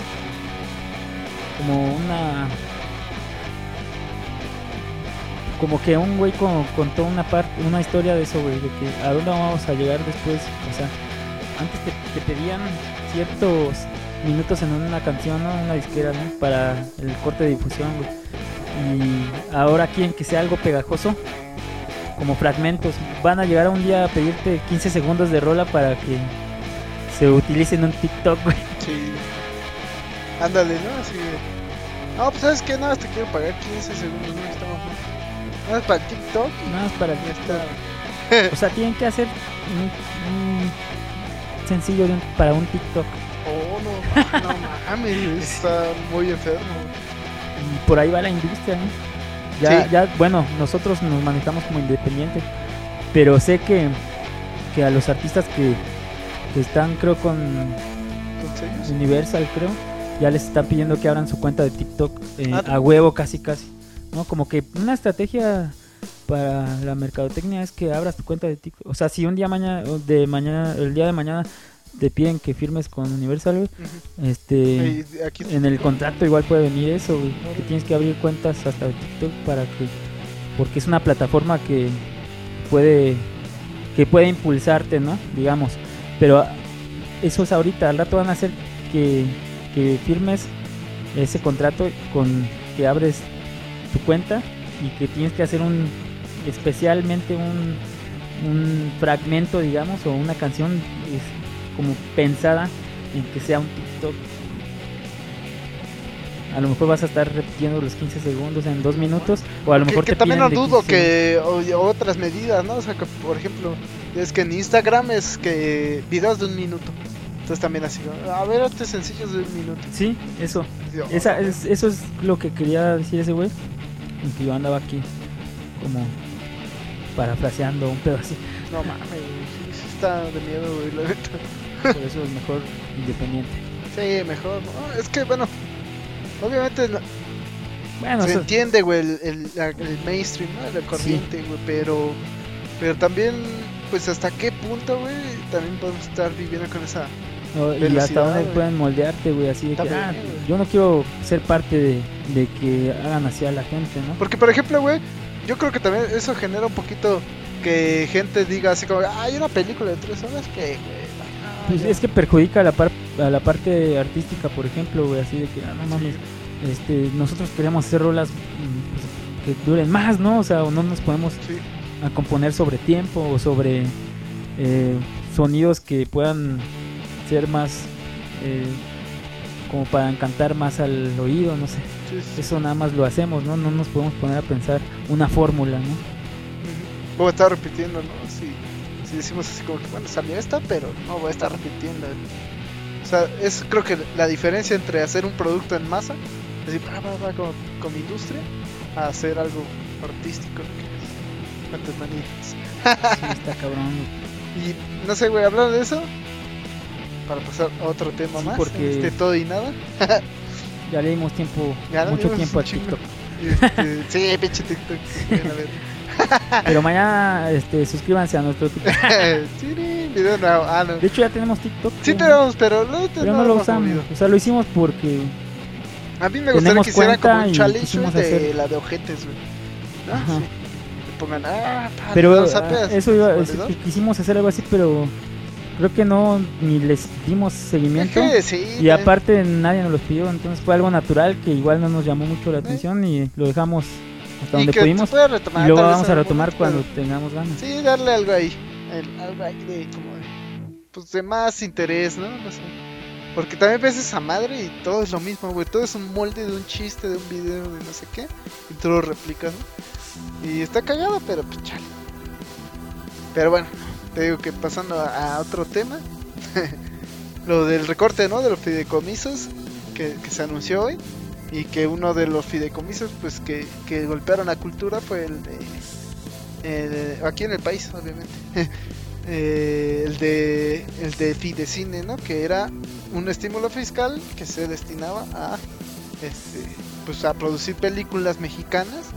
como una como que un güey co- contó una parte una historia de eso, güey, de que a dónde vamos a llegar después. O sea, antes te, te pedían ciertos minutos en una canción, ¿no? Una disquera, ¿no? Para el corte de difusión, güey. Y ahora quieren que sea algo pegajoso, como fragmentos. Van a llegar un día a pedirte quince segundos de rola para que se utilice en un TikTok, güey. Sí. Ándale, ¿no? Así de... No, pues ¿sabes qué? Nada más te quiero pagar quince segundos, no estamos mal. Nada más para TikTok y Nada más para ya que está. O sea, tienen que hacer un, un sencillo de un- para un TikTok. Oh, no, no mames, está muy enfermo. Y por ahí va la industria, ¿no? Ya, Sí. ya, bueno, nosotros nos manejamos como independientes, pero sé que, que a los artistas que, que están, creo, con Entonces, Universal, creo, ya les están pidiendo que abran su cuenta de TikTok eh, Ah, a huevo, casi, casi. ¿No? Como que una estrategia para la mercadotecnia es que abras tu cuenta de TikTok. O sea, si un día mañana, de mañana, el día de mañana te piden que firmes con Universal, güey, ujú. este, Y aquí en el contrato igual puede venir eso, güey, que tienes que abrir cuentas hasta de TikTok para que, porque es una plataforma que puede, que puede impulsarte, ¿no? Digamos, pero eso es ahorita, al rato van a hacer que, que firmes ese contrato con que abres tu cuenta y que tienes que hacer un, especialmente un, un fragmento, digamos, o una canción es como pensada en que sea un TikTok. A lo mejor vas a estar repitiendo los quince segundos en dos minutos, o a lo que, mejor que te también piden no de dudo quince que o- otras medidas, ¿no? O sea, que por ejemplo, es que en Instagram es que videos de un minuto. Entonces también así, a ver, este sencillos de un minuto. Sí, eso. Dios, Esa, es, eso es lo que quería decir ese güey. Y que yo andaba aquí como parafraseando un pedo así. No mames, sí, sí está de miedo, güey, la neta. Por eso es mejor independiente. Sí, mejor, ¿no? Es que, bueno, obviamente no- Bueno, se eso- entiende, güey, el, el, la- el mainstream, ¿no? La corriente, güey, pero, pero también, pues, ¿hasta qué punto, güey? También podemos estar viviendo con esa... no, y velocidad, hasta dónde güey. pueden moldearte, güey, así de que, También, ah, güey. yo no quiero ser parte de, de que hagan así a la gente, ¿no? Porque, por ejemplo, güey, yo creo que también eso genera un poquito que gente diga así como, "Ah, hay una película de tres horas que, güey, ah, Pues ya". es que perjudica a la, par- a la parte artística, por ejemplo, güey, así de que, ah, no mames, este, nosotros queremos hacer rolas mm, pues, que duren más, ¿no? O sea, o no nos podemos Sí, a componer sobre tiempo o sobre eh, sonidos que puedan ser más eh, como para encantar más al oído, no sé. sí, sí. Eso nada más lo hacemos, ¿no? No nos podemos poner a pensar una fórmula, ¿no? Ujú. Voy a estar repitiendo, ¿no? Si, si decimos así como que, bueno, salió esta, pero no voy a estar repitiendo. O sea, es creo que la diferencia entre hacer un producto en masa, decir, va, va, va, como, como industria, a hacer algo artístico, que es cuántas manitas. Sí, está cabrón. Y no sé, güey, hablando de eso, para pasar a otro tema Sí, más, porque- este todo y nada. Ya le dimos tiempo, Ya le mucho dimos tiempo a un chingo. TikTok. Este, sí, pinche TikTok. Sí, a ver. Pero mañana este, suscríbanse a nuestro TikTok. Chiri, video nuevo. Ah, no. De hecho ya tenemos TikTok. Sí güey, tenemos, pero no, pero no lo hemos usamos. movido. O sea, lo hicimos porque A mí me gustaría tenemos que hicieran como cuenta un y challenge quisimos güey, de hacer- la de ojetes, güey. ¿No? Ajá. Sí. Le pongan, ah, pa, Pero ¿no ah, sabes? eso iba, ¿Valedor? es que quisimos hacer algo así, pero creo que no ni les dimos seguimiento. Es que sí, Y también. aparte nadie nos los pidió, entonces fue algo natural que igual no nos llamó mucho la atención y lo dejamos hasta Y donde que pudimos se puede retomar, y luego tal vez vamos en a algún retomar momento, cuando pero- tengamos ganas. Sí, darle algo ahí. el- algo ahí de como de, pues de más interés, ¿no? No sé. Porque también ves esa madre y todo es lo mismo, güey. Todo es un molde de un chiste, de un video, de no sé qué. Y tú lo replicas, ¿no? Y está cagado, pero pues chale. Pero bueno, te digo que pasando a, a otro tema. Lo del recorte, ¿no? De los fideicomisos que, que se anunció hoy. Y que uno de los fideicomisos, pues que, que golpearon la cultura fue el de... el- aquí en el país, obviamente. Eh, el de el de Fidecine, ¿no? Que era un estímulo fiscal que se destinaba a este pues a producir películas mexicanas.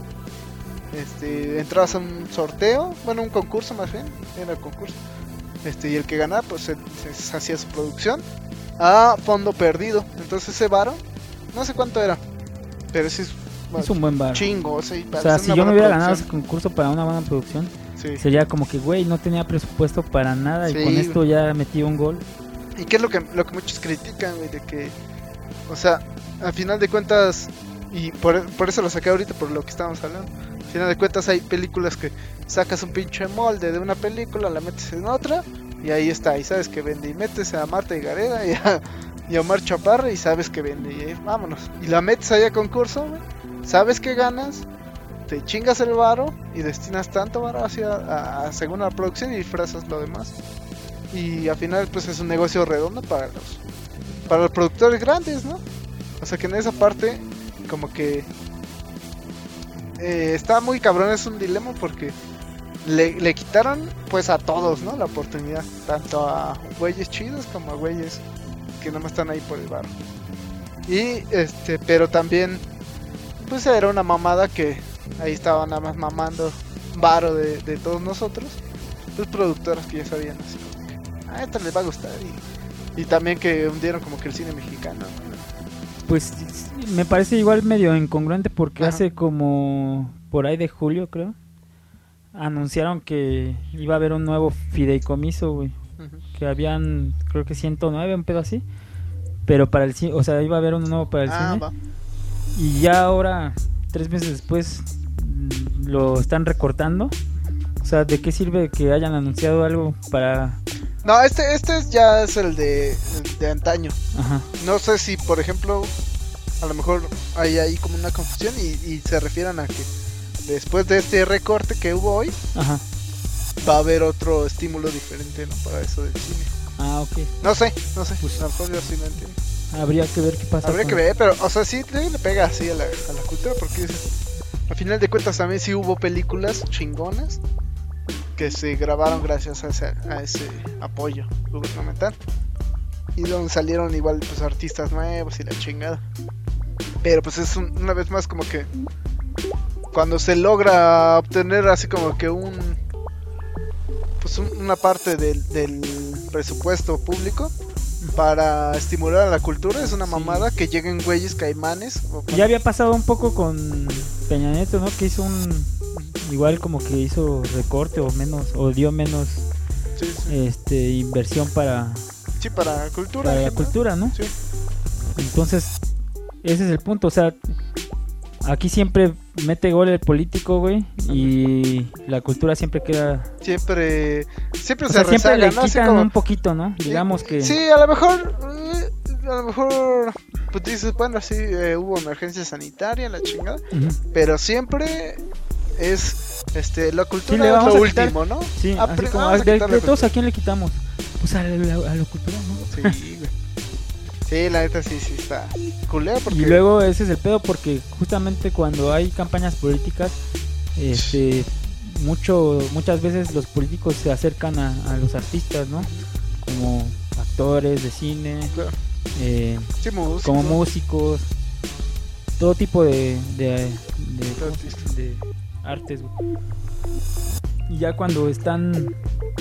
Este, entrabas a un sorteo, bueno, un concurso más bien, era el concurso. Este, y el que ganaba pues se, se hacía su producción a fondo perdido. Entonces ese varo, no sé cuánto era, pero sí es, bueno, Es un buen bar. chingo, o sea, y O para sea, hacer si una yo me buena hubiera ganado ese producción. concurso para una buena producción, Sí. sería como que, güey, no tenía presupuesto para nada y Sí, con güey. esto ya metí un gol. ¿Y qué es lo que, lo que muchos critican, güey? De que, o sea, al final de cuentas, y por, por eso lo saqué ahorita, por lo que estábamos hablando. Al final de cuentas, hay películas que sacas un pinche molde de una película, la metes en otra, y ahí está, y sabes que vende. Y metes a Marta y Gareda y a, y a Omar Chaparra, y sabes que vende. Y ahí, vámonos. Y la metes ahí a concurso, güey. Sabes que ganas, te chingas el varo y destinas tanto varo hacia a, a- según la producción y disfrazas lo demás. Y al final pues es un negocio redondo para los para los productores grandes, ¿no? O sea que en esa parte como que eh, está muy cabrón, es un dilema porque le, le quitaron pues a todos, ¿no? La oportunidad, tanto a güeyes chidos como a güeyes que nada más están ahí por el bar. Y este, pero también pues era una mamada que ahí estaba nada más mamando varo de, de todos nosotros, los productores que ya sabían así como que a esto les va a gustar y, y también que hundieron como que el cine mexicano, ¿no? Pues me parece igual medio incongruente porque Ajá. hace como por ahí de julio, creo, anunciaron que iba a haber un nuevo fideicomiso, güey. Ujú. Que habían, creo que ciento nueve, un pedo así. Pero para el cine, o sea, iba a haber uno nuevo para el Ah, cine. va. Y ya ahora, tres meses después, mm, lo están recortando. O sea, ¿de qué sirve que hayan anunciado algo para... No, este este es- ya es el de el de antaño. Ajá. No sé si por ejemplo a lo mejor hay ahí como una confusión y, y se refieran a que después de este recorte que hubo hoy Ajá. va a haber otro estímulo diferente, ¿no? Para eso del cine. Ah, ok. No sé, no sé, Pues- a lo mejor yo sí lo entiendo. Habría que ver qué pasa. Habría con- que ver, pero, o sea, sí le pega así a la, a la cultura, porque al final de cuentas también sí hubo películas chingonas que se grabaron gracias a ese, a ese apoyo gubernamental. Y donde salieron igual pues artistas nuevos y la chingada. Pero pues es un- una vez más como que cuando se logra obtener así como que un pues un- una parte del, del presupuesto público para estimular a la cultura, es una Sí. mamada que lleguen güeyes caimanes o Ya había pasado un poco con Peña Nieto, ¿no? Que hizo un... Igual como que hizo recorte o menos... O dio menos sí, sí. este inversión para, Sí, para cultura, para la ¿no? cultura, ¿no? Sí. Entonces, ese es el punto. O sea, aquí siempre mete gol el político, güey. Y la cultura siempre queda... Siempre siempre O se sea, siempre rezaga, le ¿no? Así quitan como- un poquito, ¿no? Digamos que... Sí, a lo mejor eh, a lo mejor pues dices, bueno, sí eh, hubo emergencia sanitaria, la chingada, Ujú. pero siempre es este la Sí, cultura le es vamos lo a quitar- último, ¿no? Sí, Ah, así pero como, vamos a de, quitarle de todos, cultura. ¿a quién le quitamos? Pues a la, a la cultura, ¿no? Sí, güey. Sí, la neta sí, sí está culero porque Y luego ese es el pedo porque justamente cuando hay campañas políticas, este, mucho, muchas veces los políticos se acercan a, a los artistas, ¿no? Como actores de cine, claro, eh, sí, músico, como músicos, todo tipo de, de, de, ¿cómo se artistas. dice? De artes, güey. Y ya cuando están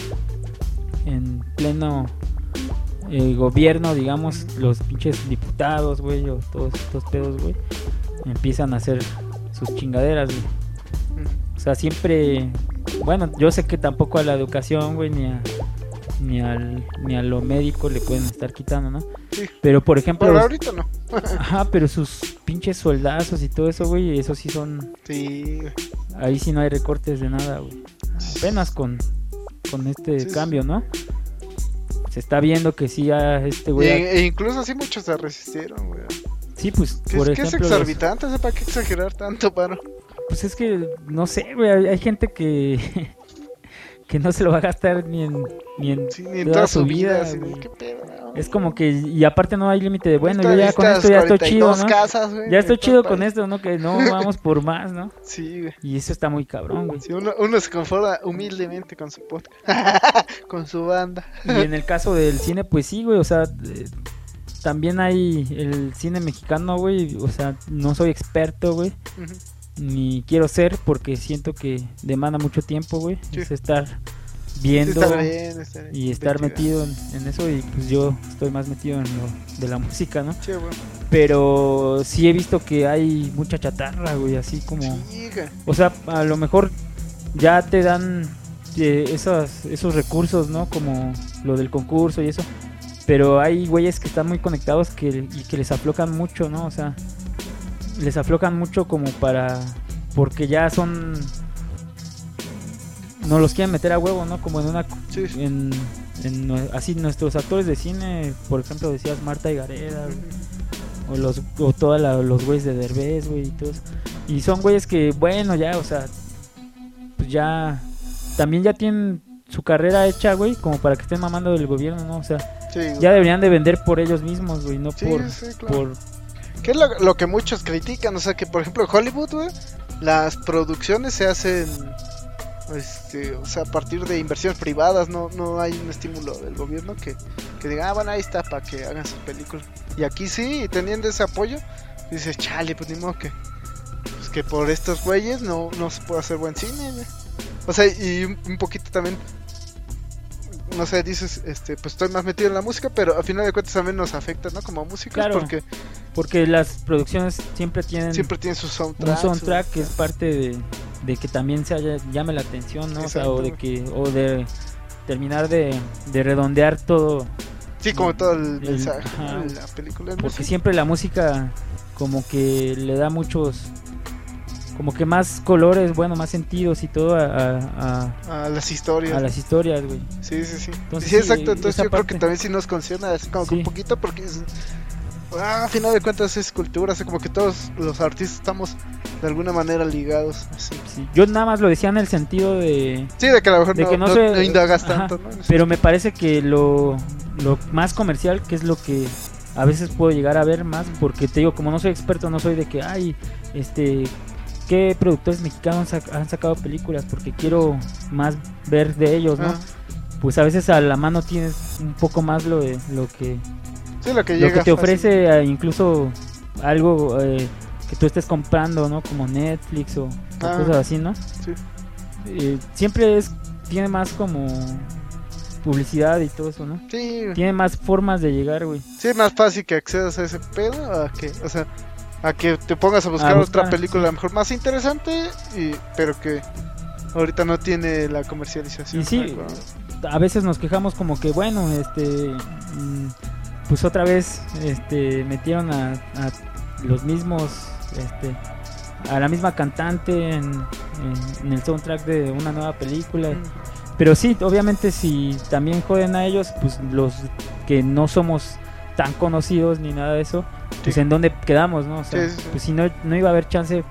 en pleno eh, gobierno, digamos, los pinches diputados, güey, o todos estos pedos, güey, empiezan a hacer sus chingaderas, güey. Ujú. O sea, siempre, bueno, yo sé que tampoco a la educación, güey, ni a ni al ni a lo médico le pueden estar quitando, ¿no? Sí. Pero por ejemplo, Pero los- ahorita no. ajá, pero sus pinches soldazos y todo eso, güey, eso sí son, Sí, güey. ahí sí no hay recortes de nada, güey. Apenas con con este Sí, sí. cambio, ¿no? Se está viendo que sí a este Y- güey, e incluso así muchos se resistieron, güey. sí, pues Que, por es, que es ejemplo, los- exorbitante, o sea, ¿para qué exagerar tanto, paro? pues es que no sé, güey, hay, hay gente que que no se lo va a gastar ni en ni en Sí, ni en toda toda su su vida, vida, así de, güey. ¿qué pedo? No? Es como que, y aparte no hay límite de, bueno, Esta- yo ya con estas esto ya estoy cuarenta y chido, dos ¿no? casas, güey, Ya en estoy todo chido el con país. esto, ¿no? Que no vamos por más, ¿no? Sí, güey. Y eso está muy cabrón, güey. Sí, uno, uno se conforma humildemente con su podcast, con su banda. Y en el caso del cine, pues sí, güey, o sea, eh, también hay el cine mexicano, güey, o sea, no soy experto, güey, Ujú. ni quiero ser porque siento que demanda mucho tiempo, güey, Sí. es estar Sí, viendo está bien, está bien, y estar investigado. metido en, en eso y pues yo estoy más metido en lo de la música, ¿no? Sí, güey. Pero sí he visto que hay mucha chatarra, güey, así como... Sí, güey. O sea, a lo mejor ya te dan eh, esos, esos recursos, ¿no? Como lo del concurso y eso. Pero hay güeyes que están muy conectados que, y que les aflocan mucho, ¿no? O sea, les aflocan mucho como para... Porque ya son... No los quieren meter a huevo, ¿no? Como en una... Sí, sí. En, en nue- así nuestros actores de cine, por ejemplo, decías Marta y Gareda, güey, o los o todos los güeyes de Derbez, güey, y todo eso. Y son güeyes que, bueno, ya, o sea, pues ya también ya tienen su carrera hecha, güey, como para que estén mamando del gobierno, ¿no? O sea, Sí, güey. ya deberían de vender por ellos mismos, güey, no Sí, por sí, claro. por ¿Qué es lo, lo que muchos critican? O sea, que por ejemplo en Hollywood, güey, las producciones se hacen, este, o sea, a partir de inversiones privadas, no, no hay un estímulo del gobierno que, que diga, ah, bueno, ahí está para que hagan sus películas. Y aquí sí, teniendo ese apoyo, dices, chale, pues ni modo que, pues que por estos güeyes no, no se puede hacer buen cine, güey. O sea, y un, un poquito también, no sé, dices, este, pues estoy más metido en la música, pero al final de cuentas también nos afecta, ¿no? Como músicos, Claro. porque porque las producciones siempre tienen siempre tienen sus un soundtracks. soundtrack güey. que es parte de, de que también se haya, llame la atención, ¿no? O sea, o de que o de terminar de, de redondear todo, Sí, como todo el el- mensaje ajá. de la película. el porque mensaje. siempre la música como que le da muchos, como que más colores, bueno, más sentidos y todo a, a, a- A las historias. a las historias, güey. Sí, sí, sí. Entonces, sí, sí, exacto. Entonces esa yo creo parte. que también sí nos concierne así como que Sí. un poquito porque es, ah, a final de cuentas es cultura, así como que todos los artistas estamos de alguna manera ligados. Así. Sí, yo nada más lo decía en el sentido de... Sí, de que a lo mejor De no, que no no- se- no indagas ajá, tanto, ¿no? Pero me parece que lo, lo más comercial, que es lo que a veces puedo llegar a ver más, porque te digo, como no soy experto, no soy de que, ay, este, ¿qué productores mexicanos han, sac- han sacado películas? Porque quiero más ver de ellos, ¿no? Ah. Pues a veces a la mano tienes un poco más lo de lo que, Sí, lo que lo llega que te fácil. ofrece, eh, incluso algo eh, que tú estés comprando, ¿no? Como Netflix o, o Ah. cosas así, ¿no? Sí. Eh, siempre es tiene más como publicidad y todo eso, ¿no? Sí, güey. Tiene más formas de llegar, güey. Sí, es más fácil que accedas a ese pedo a que, o sea, a que te pongas a buscar A buscar, otra película a lo mejor más interesante, y, pero que ahorita no tiene la comercialización. Y sí, tal cual. a veces nos quejamos como que, bueno, este, mm, pues otra vez, este, metieron a, a los mismos, este, a la misma cantante en, en, en el soundtrack de una nueva película. Mm. Pero sí, obviamente si también joden a ellos, pues los que no somos tan conocidos ni nada de eso, pues Sí. en dónde quedamos, ¿no? O sea, Sí, sí, sí. pues si no, no iba a haber chance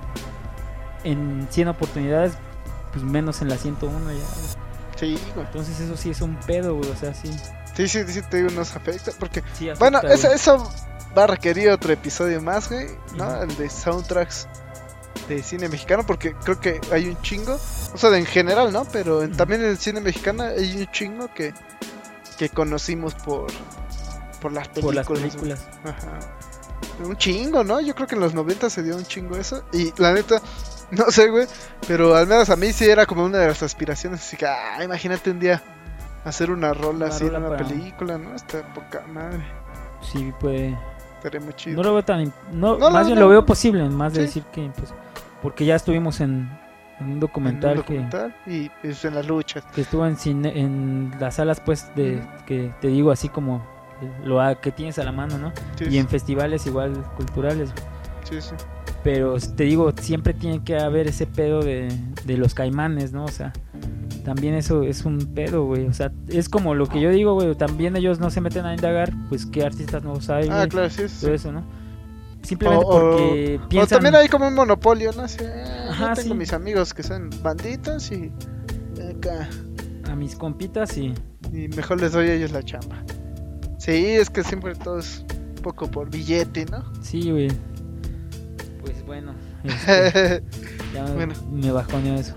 en cien oportunidades, pues menos en la ciento uno ya. Sí, güey. Entonces eso sí es un pedo, güey, o sea, sí. Sí, sí, sí, te digo, nos afecta, porque, sí afecta, bueno, güey. eso, eso va a requerir otro episodio más, güey, ¿no? Ujú. El de soundtracks de cine mexicano, porque creo que hay un chingo, o sea, de en general, ¿no? Pero en- Ujú. también en el cine mexicano hay un chingo que, que conocimos por, por las Por las películas. güey. películas. Ajá. Un chingo, ¿no? Yo creo que en los noventa se dio un chingo eso. Y la neta, no sé, güey. Pero al menos a mí sí era como una de las aspiraciones. Así que, ah, imagínate un día hacer una rola Una así rola en una para- película, ¿no? Está poca madre. Sí, puede. Estaría muy chido. No lo veo tan. im- No, No, más no, bien no. lo veo posible, más de Sí. decir que. Pues, porque ya estuvimos en, en un En documental, un documental y es en la lucha. Que, que estuvo en cine, en las salas, pues, de Ujú. que te digo así como lo a- que tienes a la mano, ¿no? Sí, Y en festivales igual culturales. sí, sí. Pero te digo, siempre tiene que haber ese pedo de, de los Caimanes, ¿no? O sea, también eso es un pedo, güey. O sea, es como lo que yo digo, güey. También ellos no se meten a indagar, pues, qué artistas nuevos hay, Ah, güey, claro, sí, sí. todo eso, ¿no? Simplemente O- o- porque O piensan... también hay como un monopolio, ¿no? Así, ah, Ajá, yo tengo sí. mis amigos que son banditas y acá. A mis compitas y... Y mejor les doy a ellos la chamba. Sí, es que siempre todo es un poco por billete, ¿no? Sí, güey. Pues bueno, este, ya me- Bueno. me bajoneó eso.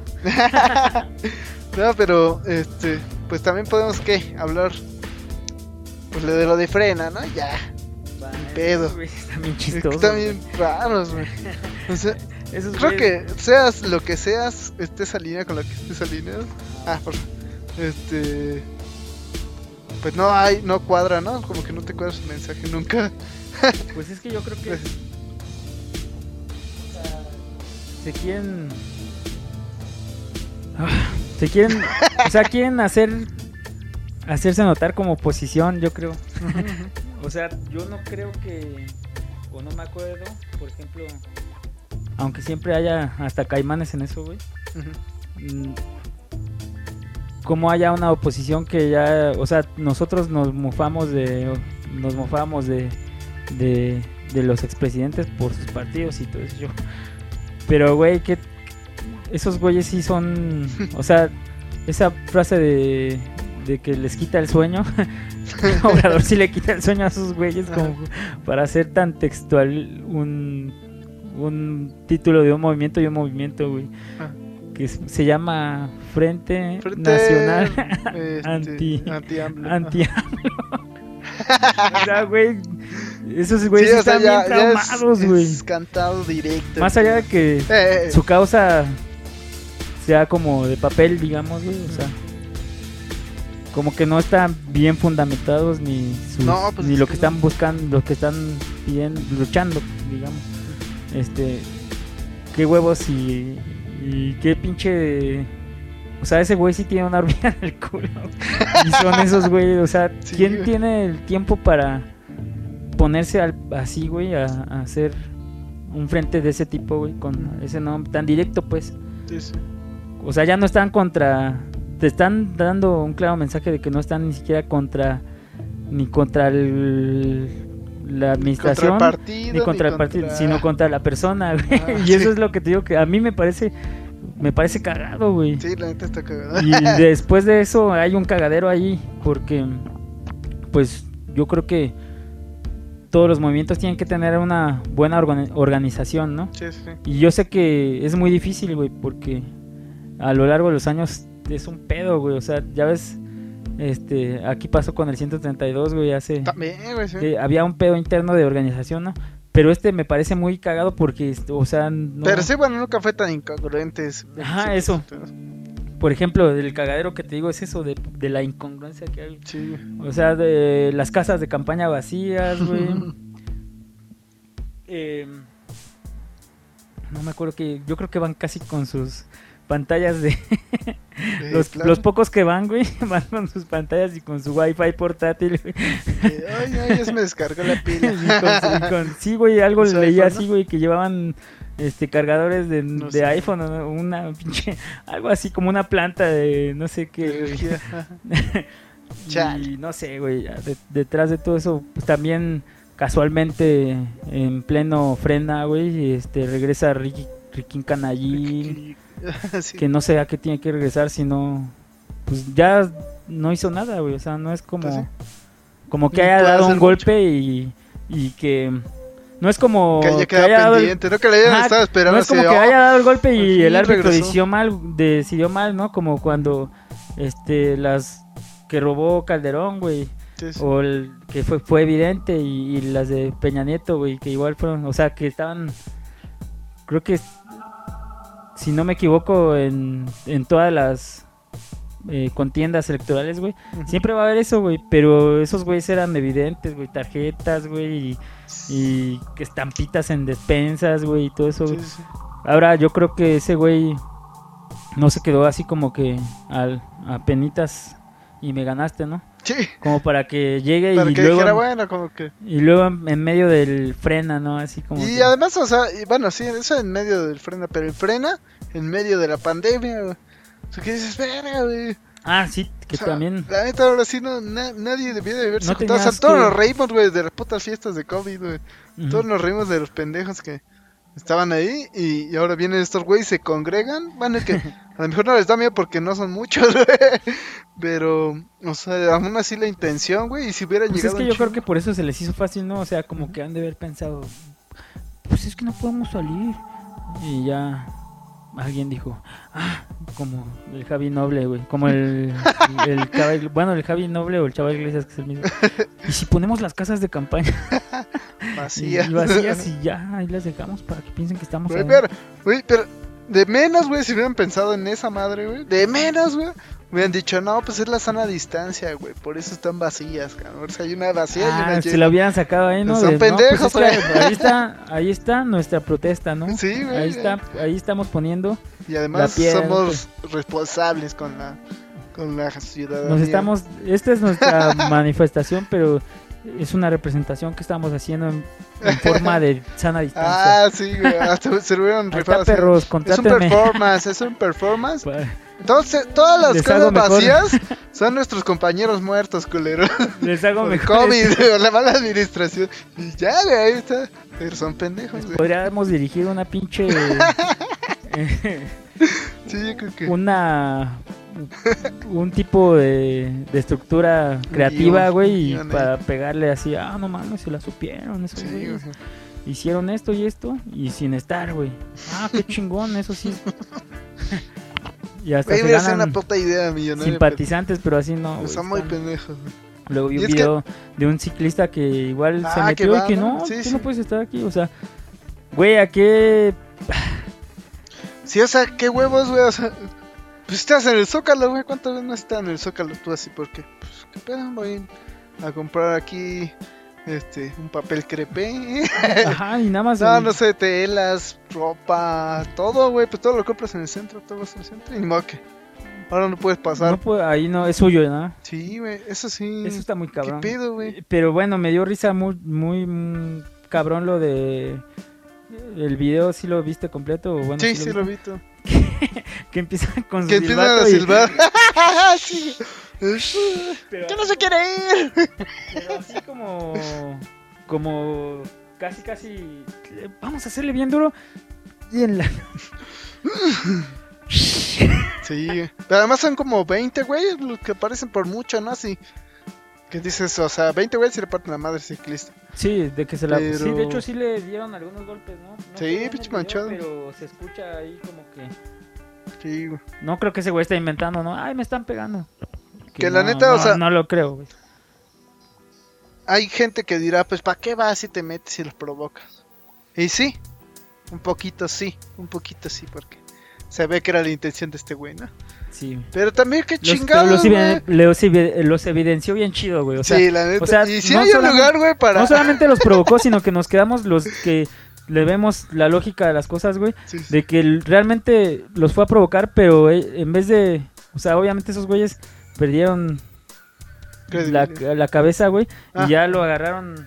No, pero este, pues también podemos que hablar pues lo de lo de Frena, ¿no? Ya. pedo. Güey, está bien Es que chistoso. están bien raros, güey. O sea, Esos creo güeyes- que seas lo que seas, estés alineado con lo que estés alineado. Ah, por este pues no hay, no cuadra, ¿no? Como que no te cuadra su mensaje nunca. Pues es que yo creo que Pues, se quieren... Ah, se quieren... o sea, quieren hacer... Hacerse notar como oposición, yo creo. O sea, yo no creo que... O no me acuerdo, por ejemplo... Aunque siempre haya hasta Caimanes en eso, güey. ujú. mm, Como haya una oposición que ya... O sea, nosotros nos mofamos de... Nos mofamos de... De, de los expresidentes por sus partidos y todo eso. Yo. Pero, güey, que... Esos güeyes sí son... O sea, esa frase de... De que les quita el sueño. Obrador sí le quita el sueño a esos güeyes como para hacer tan textual un, un título de un movimiento y un movimiento, güey. Ah. Que es- se llama Frente, Frente, Nacional este, Anti- anti-AMLO. Anti O sea, güey, esos güeyes Sí, sí o sea, están ya- bien ya es- traumados, güey. es cantado directo. Más allá de que Eh, eh, su causa sea como de papel, digamos, güey, o sea, como que no están bien fundamentados ni sus- No, pues ni es lo que que no. están buscando, lo que están pidiendo, luchando, digamos. Este, qué huevos y, y qué pinche, o sea, ese güey sí tiene una hormiga en el culo. Y son esos güeyes, o sea, Sí, ¿quién güey. tiene el tiempo para ponerse al, así, güey, a, a hacer un frente de ese tipo, güey, con ese nombre tan directo, pues? sí, sí. O sea, ya no están contra... Te están dando un claro mensaje de que no están ni siquiera contra... Ni contra el, la administración, Contra el partido, ni contra el partido, contra- sino contra la persona, güey. Ah, Y sí. eso es lo que te digo, que a mí me parece... Me parece cagado, güey. Sí, la neta está cagada. Y después de eso hay un cagadero ahí, porque pues yo creo que todos los movimientos tienen que tener una buena organ- organización, ¿no? Sí, sí. Y yo sé que es muy difícil, güey, porque a lo largo de los años es un pedo, güey. O sea, ya ves, este, aquí pasó con el ciento treinta y dos, güey, hace... También, güey, sí. que había un pedo interno de organización, ¿no? Pero este me parece muy cagado porque, este, o sea, no... Pero sí, bueno, nunca fue tan incongruente. Ajá, Sí, eso. sí, Por ejemplo, el cagadero que te digo es eso, de, de la incongruencia que hay. sí. O sea, de las casas de campaña vacías, güey. eh, no me acuerdo que... Yo creo que van casi con sus pantallas de... De los, plano. los pocos que van, güey, van con sus pantallas y con su wifi portátil, güey. Eh, Ay, ay, ya se me descargó la pila. Y con- y con- sí, güey, algo ¿Su leía iPhone, así, no? güey, que llevaban este cargadores de, No de sé. iPhone, ¿no? Una pinche, algo así como una planta de no sé qué, güey. Energía, ajá. Chale. Y no sé, güey, de- detrás de todo eso, pues también casualmente en pleno frena, güey, este regresa Ricky, Ricky Canallín, Sí. que no sé a qué tiene que regresar, sino pues ya no hizo nada, güey, o sea, no es como Pues sí. como que No haya puede dado hacer un golpe y, y que no es como Que haya que quedado haya dado el- pendiente, no que le hayan Ajá, estado esperando. no es como así, que "Oh". haya dado el golpe y al fin el árbitro regresó. decidió mal, decidió mal, ¿no? Como cuando este las que robó Calderón, güey, Sí, sí. o el que fue fue evidente y, y las de Peña Nieto, güey, que igual fueron, o sea, que estaban, creo que si no me equivoco en, en todas las eh, contiendas electorales, güey, Ujú. siempre va a haber eso, güey, pero esos güeyes eran evidentes, güey, tarjetas, güey, y, y que estampitas en despensas, güey, y todo eso, Sí, güey. sí. Ahora yo creo que ese güey no se quedó así como que al a penitas y me ganaste, ¿no? Sí, Como para que llegue para y que luego dijera, bueno, como que... y luego en en medio del frena, ¿no? Así como Y que- además, o sea, y bueno, sí, eso en medio del frena, pero el frena en medio de la pandemia, güey. O sea, que dices, verga, güey. Ah, sí, que O sea, también La neta, ahora sí, no, na- nadie debía de haberse No juntado. O sea, tenías todos que- nos reímos, güey, de las putas fiestas de COVID, güey. Ujú. Todos nos reímos de los pendejos que estaban ahí y, y ahora vienen estos güeyes, se congregan. Bueno, es que a lo mejor no les da miedo porque no son muchos, güey. Pero, o sea, aún así la intención, güey, y si hubieran Pues es llegado que un yo creo chingo- que por eso se les hizo fácil, ¿no? O sea, como que han de haber pensado, pues es que no podemos salir. Y ya alguien dijo, ah, como el Javi Noble, güey. Como el, el, el Chava- bueno, el Javi Noble o el Chava Iglesias, que es el mismo. Y si ponemos las casas de campaña y, Vacía. y vacías y ya, ahí las dejamos para que piensen que estamos Güey, ahí. pero, güey, pero de menos, güey, si hubieran pensado en esa madre, güey. De menos, güey. Hubieran dicho, no, pues es la sana distancia, güey. Por eso están vacías, cabrón. Si hay una vacía y Ah, una se llena. lo hubieran sacado ahí, ¿no? Son De, no, pues pendejos, es que güey. ahí está, ahí está nuestra protesta, ¿no? Sí, güey. Ahí está, ahí estamos poniendo. Y además la piedra, somos responsables con la, con la ciudadanía. Nos estamos, esta es nuestra manifestación, pero es una representación que estamos haciendo en, en forma de sana distancia. Ah, sí, güey. Hasta se lo hubieran Ahí rifado. está, así. perros, Es un contrátenme. performance, es un performance. Pa- Entonces, todas las Les casas hago mejor. vacías son nuestros compañeros muertos, culero. Les hago Por el mejor. COVID, güey, la mala administración. Y ya, güey, ahí está. Pero son pendejos, güey. Podríamos dirigir una pinche. eh, Sí, yo creo que. una. Un tipo de, de estructura creativa, guión, güey, un y guión ahí. para pegarle así, ah, no mames, se la supieron esos Sí, güeyes. güey. Hicieron esto y esto, y sin estar, güey. Ah, qué chingón, eso sí. Y hasta Güey, se voy a hacer una ganan puta idea millonaria. simpatizantes, pero así no. pero güey, Están muy están- pendejos, güey. Luego vi Y un es que- video de un ciclista que igual se Ah, metió que va, y que ¿no? no, Sí, tú sí. no puedes estar aquí, o sea, güey, ¿a qué? Sí, o sea, qué huevos, güey. O sea, pues estás en el Zócalo, güey. ¿Cuántas veces no estás en el Zócalo tú así? Porque, pues, qué pedo, voy a comprar aquí este un papel crepé. Ajá, y nada más. No, güey, no sé, telas, ropa, todo, güey. Pues todo lo compras en el centro, todo vas al centro. Y ni modo que ahora no puedes pasar. no puede- ahí no, es suyo, ¿no? Sí, güey, eso sí. Eso está muy cabrón. ¿Qué pedo, güey? Pero bueno, me dio risa muy, muy mm, cabrón lo de. El video, ¿sí lo viste completo? O bueno, Sí, sí, lo viste? vi todo. Que empieza con su Que empiezan a silbato y- silbar. Sí. pero- Que no se quiere ir. Pero así como. Como. Casi, casi. eh, Vamos a hacerle bien duro. Y en la. Sí, pero además son como veinte, güey, los que aparecen por mucho, ¿no? Así. Que dices, o sea, veinte güeyes se le parten la madre ciclista. Sí, de que se la... Pero- Sí, de hecho sí le dieron algunos golpes, ¿no? No Sí, se ve en el pinche video, manchado. Pero se escucha ahí como que... Sí, güey. No creo que ese güey esté inventando, ¿no? Ay, me están pegando. Que la no, neta, no, o sea- No lo creo, güey. Hay gente que dirá, pues, ¿para qué vas si te metes y los provocas? Y sí, un poquito sí, un poquito sí, porque se ve que era la intención de este güey, ¿no? Sí. Pero también qué Los, pero chingados, los, güey. evi- los evi- los evidenció bien chido, güey. O sea, Sí, la neta. o sea, y si no hay un solamente- lugar, güey, para... no solamente los provocó, sino que nos quedamos los que le vemos la lógica de las cosas, güey. Sí, sí. De que el- realmente los fue a provocar, pero eh, en vez de... O sea, obviamente esos güeyes perdieron la, Credibilidad. la cabeza, güey. Ah. Y ya lo agarraron...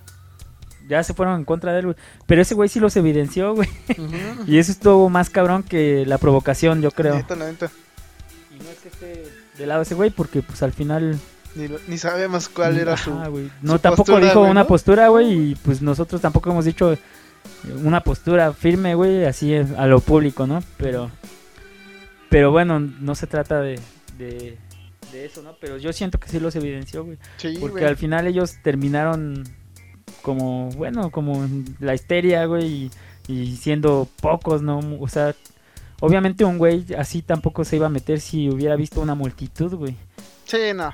Ya se fueron en contra de él, güey. Pero ese güey sí los evidenció, güey. Ujú. Y eso estuvo más cabrón que la provocación, yo creo. Neta, la neta. Y no es que esté de lado ese güey, porque pues al final... Ni, lo- ni sabemos cuál era su... Ajá, güey. No, su tampoco postura, dijo güey, una ¿no? postura, güey, y pues nosotros tampoco hemos dicho eh, una postura firme, güey, así eh, a lo público, ¿no? Pero, pero bueno, no se trata de, de, de eso, ¿no? Pero yo siento que sí los evidenció, güey. Sí, Porque güey. al final ellos terminaron como, bueno, como en la histeria, güey, y, y siendo pocos, ¿no? O sea, obviamente un güey así tampoco se iba a meter si hubiera visto una multitud, güey. Sí, no.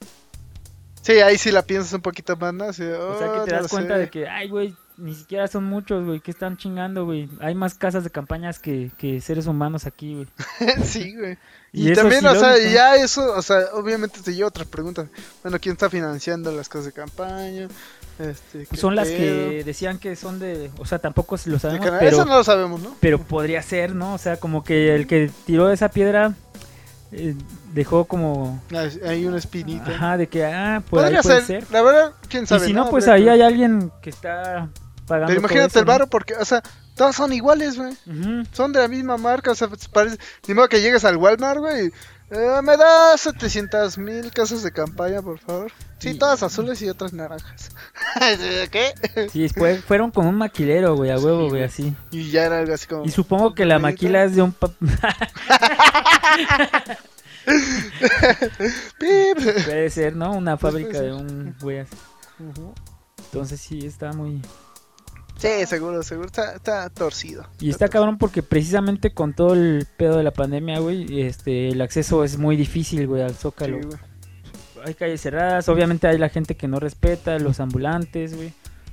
Sí, ahí sí la piensas un poquito más, ¿no? Así, O sea que oh, te no das cuenta sé. de que, ay, güey, ni siquiera son muchos, güey, que están chingando, güey. Hay más casas de campañas que, que seres humanos aquí, güey. Sí, güey. Y Y, eso también, es o sea, ilógico. ya eso, o sea, obviamente te lleva otras preguntas. Bueno, ¿quién está financiando las cosas de campaña? Este, ¿qué Son las pedo? que decían que son de, o sea, tampoco se lo De sabemos, Canadá, pero, eso no lo sabemos, ¿no? pero podría ser, ¿no? O sea, como que el que tiró esa piedra eh, dejó como, Ah, hay una espinita. ajá, de que, ah, pues ahí Podría puede ser, ser. la verdad, quién Y sabe. si no, pues Habría ahí que- hay alguien que está pagando. Pero todo imagínate eso, el ¿no? barro, porque, o sea, todos son iguales, güey. Ujú. Son de la misma marca, o sea, pues, parece. Ni modo que llegues al Walmart, güey. y, eh, me das setecientas mil casas de campaña, por favor. Sí, Y- todas azules y otras naranjas. ¿Qué? Sí, fue- fueron con un maquilero, güey, a Sí, huevo, güey, güey. así. Y ya era algo así como. Y supongo que la Bonito. maquila es de un... pa- Pip. Puede ser, ¿no? Una Pues fábrica puede de ser. un güey así. Ujú. Entonces sí, está muy... Sí, seguro, seguro. Está, está torcido. Y está cabrón porque precisamente con todo el pedo de la pandemia, güey, este, el acceso es muy difícil, güey, al Sí, Zócalo. güey. Hay calles cerradas, obviamente hay la gente que no respeta, los ambulantes, güey.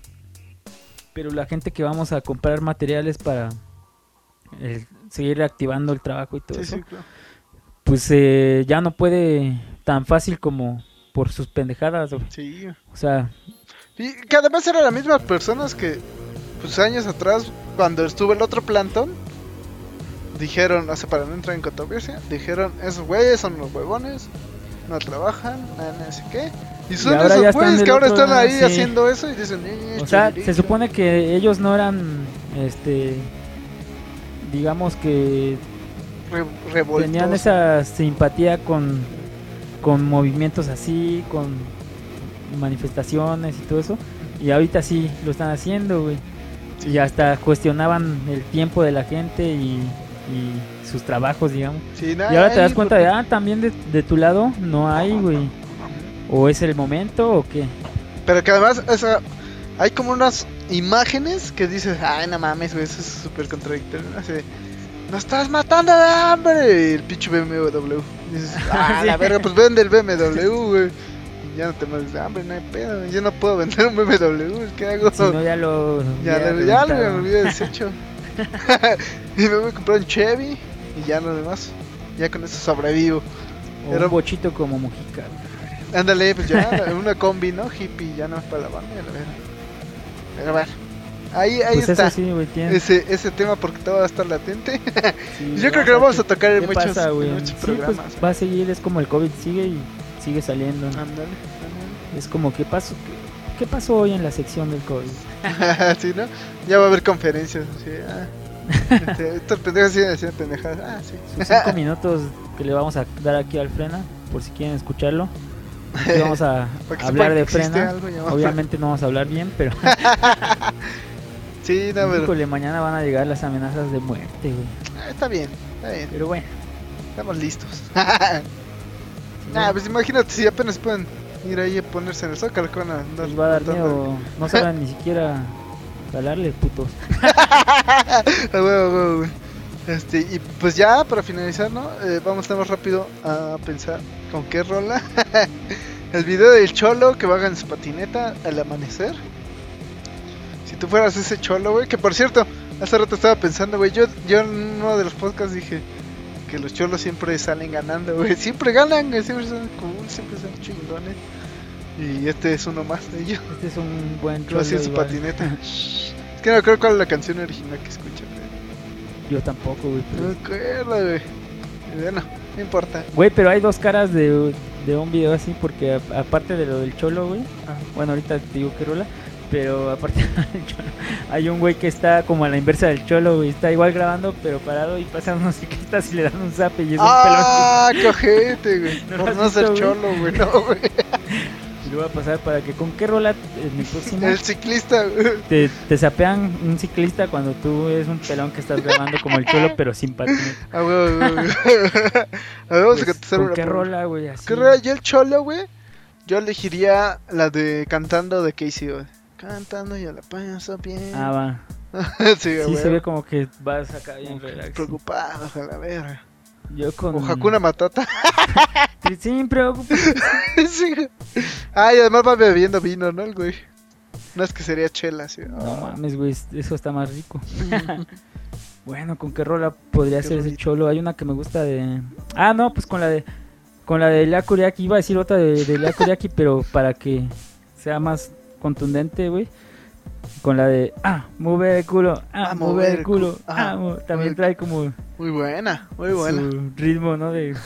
Pero la gente que vamos a comprar materiales para eh, seguir reactivando el trabajo y todo Sí, eso, sí, claro. pues eh, ya no puede tan fácil como por sus pendejadas, güey. Sí, güey. O sea, Y que además eran las mismas personas que, pues años atrás, cuando estuvo el otro plantón, dijeron, o sea, para no entrar en controversia, dijeron, esos güeyes son los huevones, no trabajan, no, no sé qué. Y son ahora ya esos están güeyes del que ahora otro están lado, ahí sí. haciendo eso y dicen, "Eh, o sea, chirica". se supone que ellos no eran, este, digamos que Re- revoltosos. tenían esa simpatía con, con movimientos así, con manifestaciones y todo eso. Y ahorita sí lo están haciendo, güey. Sí. Y hasta cuestionaban el tiempo de la gente y, y sus trabajos, digamos. Sí, Y ahora te das ay, cuenta de, porque- ah, también de, de tu lado no hay, güey. ¿O es el momento o qué? Pero que además, o sea, hay como unas imágenes que dices, ay, no mames, güey, eso es súper contradictorio, ¿no? Así de, ¡nos estás matando de hambre! Y el pinche B M W. Y dices, ah, Sí. la verga, pues vende el B M W, güey. Y ya no te mueres de hambre, no hay pedo. Yo no puedo vender un B M W, ¿qué hago? Si no, ya lo. ya, hubiera le- ya lo reventado. había deshecho. Y me voy a comprar un Chevy y ya lo demás. Ya con eso sobrevivo. O Era- un bochito como Mujica. Ándale, pues ya, una combi, ¿no? Hippie, ya no es para la banda, ya la verga. Pero bueno, ahí, ahí Pues está. eso sí, güey, tiene. Ese, ese tema porque todo va a estar latente. Sí, Yo creo que lo vamos a tocar en ¿Qué muchos, pasa, güey? en muchos Sí, programas. pues va a seguir, es como el COVID sigue y sigue saliendo. ¿no? Ándale, Es como, ¿qué pasó? ¿Qué, qué pasó hoy en la sección del COVID? ándale. Sí, ¿no? Ya va a haber conferencias. Así, ah. Este, estos pendejos siguen haciendo pendejadas. Ah, sí. Son cinco minutos que le vamos a dar aquí al Frena, por si quieren escucharlo. Aquí vamos a Para que hablar sepan de que existe Frena. algo llamado Obviamente no vamos a hablar bien, pero Sí, no, pero híjole, mañana van a llegar las amenazas de muerte, güey. ah, está bien, está bien. Pero bueno, Estamos listos. Ah, pues imagínate si apenas pueden ir ahí a ponerse en el zócalo que van a andar. Les va a dar montando miedo. No saben ni siquiera jalarle, putos. A huevo, a huevo, güey. Este, y pues ya para finalizar, ¿no? Eh, vamos a estar más rápido a pensar con qué rola. El video del cholo que va en su patineta al amanecer. Si tú fueras ese cholo, güey, que por cierto, hace rato estaba pensando, güey, yo, yo en uno de los podcasts dije que los cholos siempre salen ganando, güey, siempre ganan, güey, siempre son cool, siempre son chingones. Y este es uno más de ellos. Este es un buen Lo cholo. hacía en su igual. patineta. Es que no me acuerdo cuál es la canción original que escuchan, güey. Yo tampoco, güey. No me acuerdo, güey. Y bueno, no importa. Güey, pero hay dos caras de, de un video así, porque a- aparte de lo del cholo, güey. Ah. Bueno, ahorita te digo qué rola. Pero aparte del cholo, hay un güey que está como a la inversa del cholo, güey. Está igual grabando, pero parado y pasan unos ciclistas y le dan un zape y es Ah, cojete, güey. ¿No lo Por has no ser visto, güey? cholo, güey, no, güey. un pelón. Y lo voy a pasar para que con qué rola en el próximo El ciclista, güey. te, te zapean un ciclista cuando tú eres un pelón que estás grabando como el cholo, pero sin patineta. Ah, güey, güey, güey. A ver, vamos a Pues, contestar ¿con una qué pregunta. rola, güey? Así. ¿Qué rola? Yo el cholo, güey. Yo elegiría la de Cantando de Casey, güey. Cantando y a la paso bien. Ah, va. Sí, Sí, güey. se ve como que vas acá bien relax. Preocupado, a la verga. Yo con... O Hakuna Matata. Sin preocupación. Sí, güey. Ah, y además va bebiendo vino, ¿no? El güey. No es que sería chela, sí. No Ah. mames, güey, eso está más rico. Bueno, ¿con qué rola podría Qué ser ese rolita. cholo? Hay una que me gusta de... Ah, no, pues con la de... Con la de Lea Kuriaki. Iba a decir otra de, de Lea Kuriaki, pero para que sea más contundente, güey. Con la de... Ah, mover el culo. Ah, Ah, mover el culo. Ajá, Ah, mo- También mover- trae como... Muy buena, muy buena. Su ritmo, ¿no? De...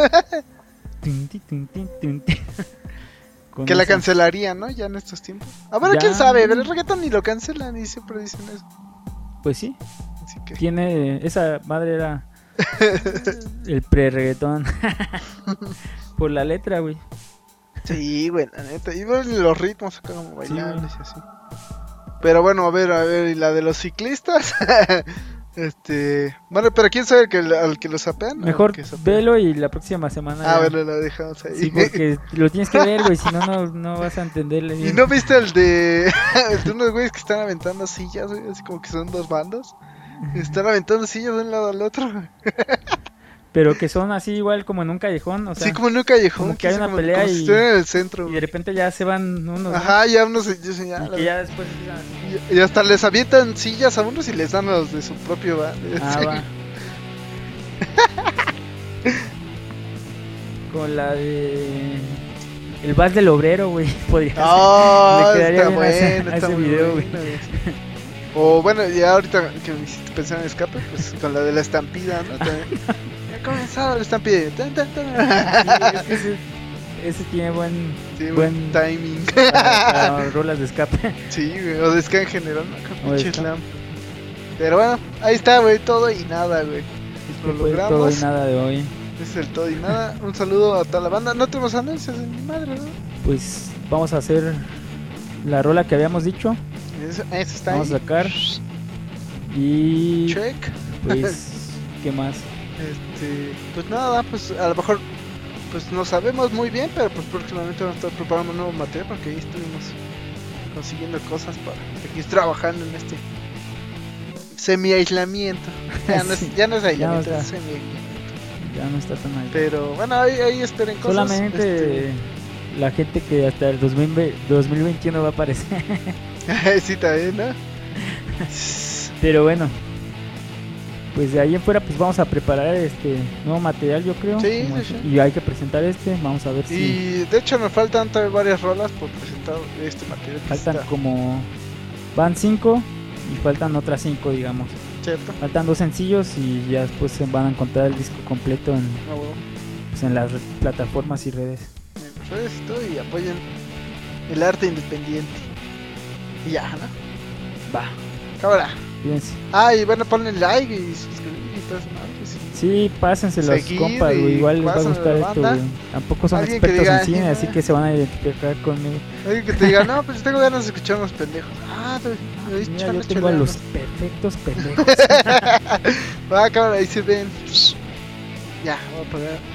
Tun, ti, tun, tin, tun, tin. Con Que la esa. cancelaría, ¿no? Ya en estos tiempos. A ver, Ya. quién sabe, pero el reggaetón ni lo cancelan y siempre dicen eso. Pues sí, Así que. tiene... Esa madre era... el pre-reggaetón. Por la letra, güey. Sí, güey, la neta. Y bueno, los ritmos acá como Sí, bailables y así. Pero bueno, a ver, a ver, y la de los ciclistas. Este. Bueno, pero quién sabe que, al que lo sapean. Mejor al que sapean? velo y la próxima semana. Ah, ya. bueno, lo dejamos ahí. Sí, porque lo tienes que ver, güey, si no, no, no vas a entenderle ¿Y bien. no viste el de, el de unos güeyes que están aventando sillas, güey? Así como que son dos bandos. Y están aventando sillas de un lado al otro. Pero que son así igual como en un callejón, o sea, Sí, como en un callejón. como que hay así una como- pelea como si y- estuvieran en el centro. y de güey. repente ya se van unos, ¿no? Ajá, ya unos se- yo sé, ya, Y la- que ya después empiezan así. y, y hasta les avientan sillas a unos y les dan los de su propio bando. Ah, Sí. va. Con la de... El Vals del Obrero, güey, podría ser. Ah, Le quedaría está bien a ese- bueno, a está ese muy video, güey. bueno, güey. O bueno, ya ahorita que me hiciste pensar en escape, pues con la de la estampida, ¿no? También. Ya ha comenzado la estampida. Tan, tan, tan. Sí, es que ese, ese tiene buen... Sí, buen buen- timing. Para, para rolas de escape. Sí, güey, o de ska en general, ¿no? Con O de pinche ska. slam. Pero bueno, ahí está, güey, todo y nada, güey. Lo Fue todo logramos. y nada de hoy. Es el todo y nada. Un saludo a toda la banda. No tenemos anuncios de mi madre, ¿no? Pues vamos a hacer la rola que habíamos dicho. Eso, eso está Vamos a ahí. sacar. Y Check. pues, ¿qué más? Este, pues nada, pues a lo mejor pues no sabemos muy bien, pero pues próximamente vamos a estar preparando nuevo material porque ahí estuvimos consiguiendo cosas para seguir trabajando en este semi aislamiento. Ya no Sí, es, ya no es aislamiento, está. es semi aislamiento. Ya no está tan ahí. Pero bueno, ahí, ahí esperen cosas. Solamente la gente que hasta el dos mil ve- dos mil veintiuno va a aparecer. este, sí, también, ¿no? Pero bueno, pues de ahí en fuera pues vamos a preparar este nuevo material, yo creo. Sí, Como sí, es- sí. Y hay que presentar este, vamos a ver si Y de hecho nos faltan todavía varias rolas por presentar este material. que faltan está, como... Van cinco y faltan otras cinco, digamos. ¿cierto? Faltan dos sencillos y ya después se van a encontrar el disco completo en, Ah, bueno. pues, en las re- plataformas y redes. Pues esto y apoyen el arte independiente. Y ya, ¿no? Va, Cámara. fíjense. Ah, y van a poner like y suscribir y todas esas madres. Sí, pásense los Seguir compas, y güey. Igual les va a pásenle gustar la esto, banda. güey. Tampoco son Alguien que expertos diga, en cine, "Eh, así que se van a identificar conmigo. Alguien que te diga, no, pues tengo ganas de escuchar unos pendejos. Ah, te, me Mira, echan yo los tengo a cheleanos. los perfectos pendejos. Va, cámara, ahí se ven. Ya, voy a poner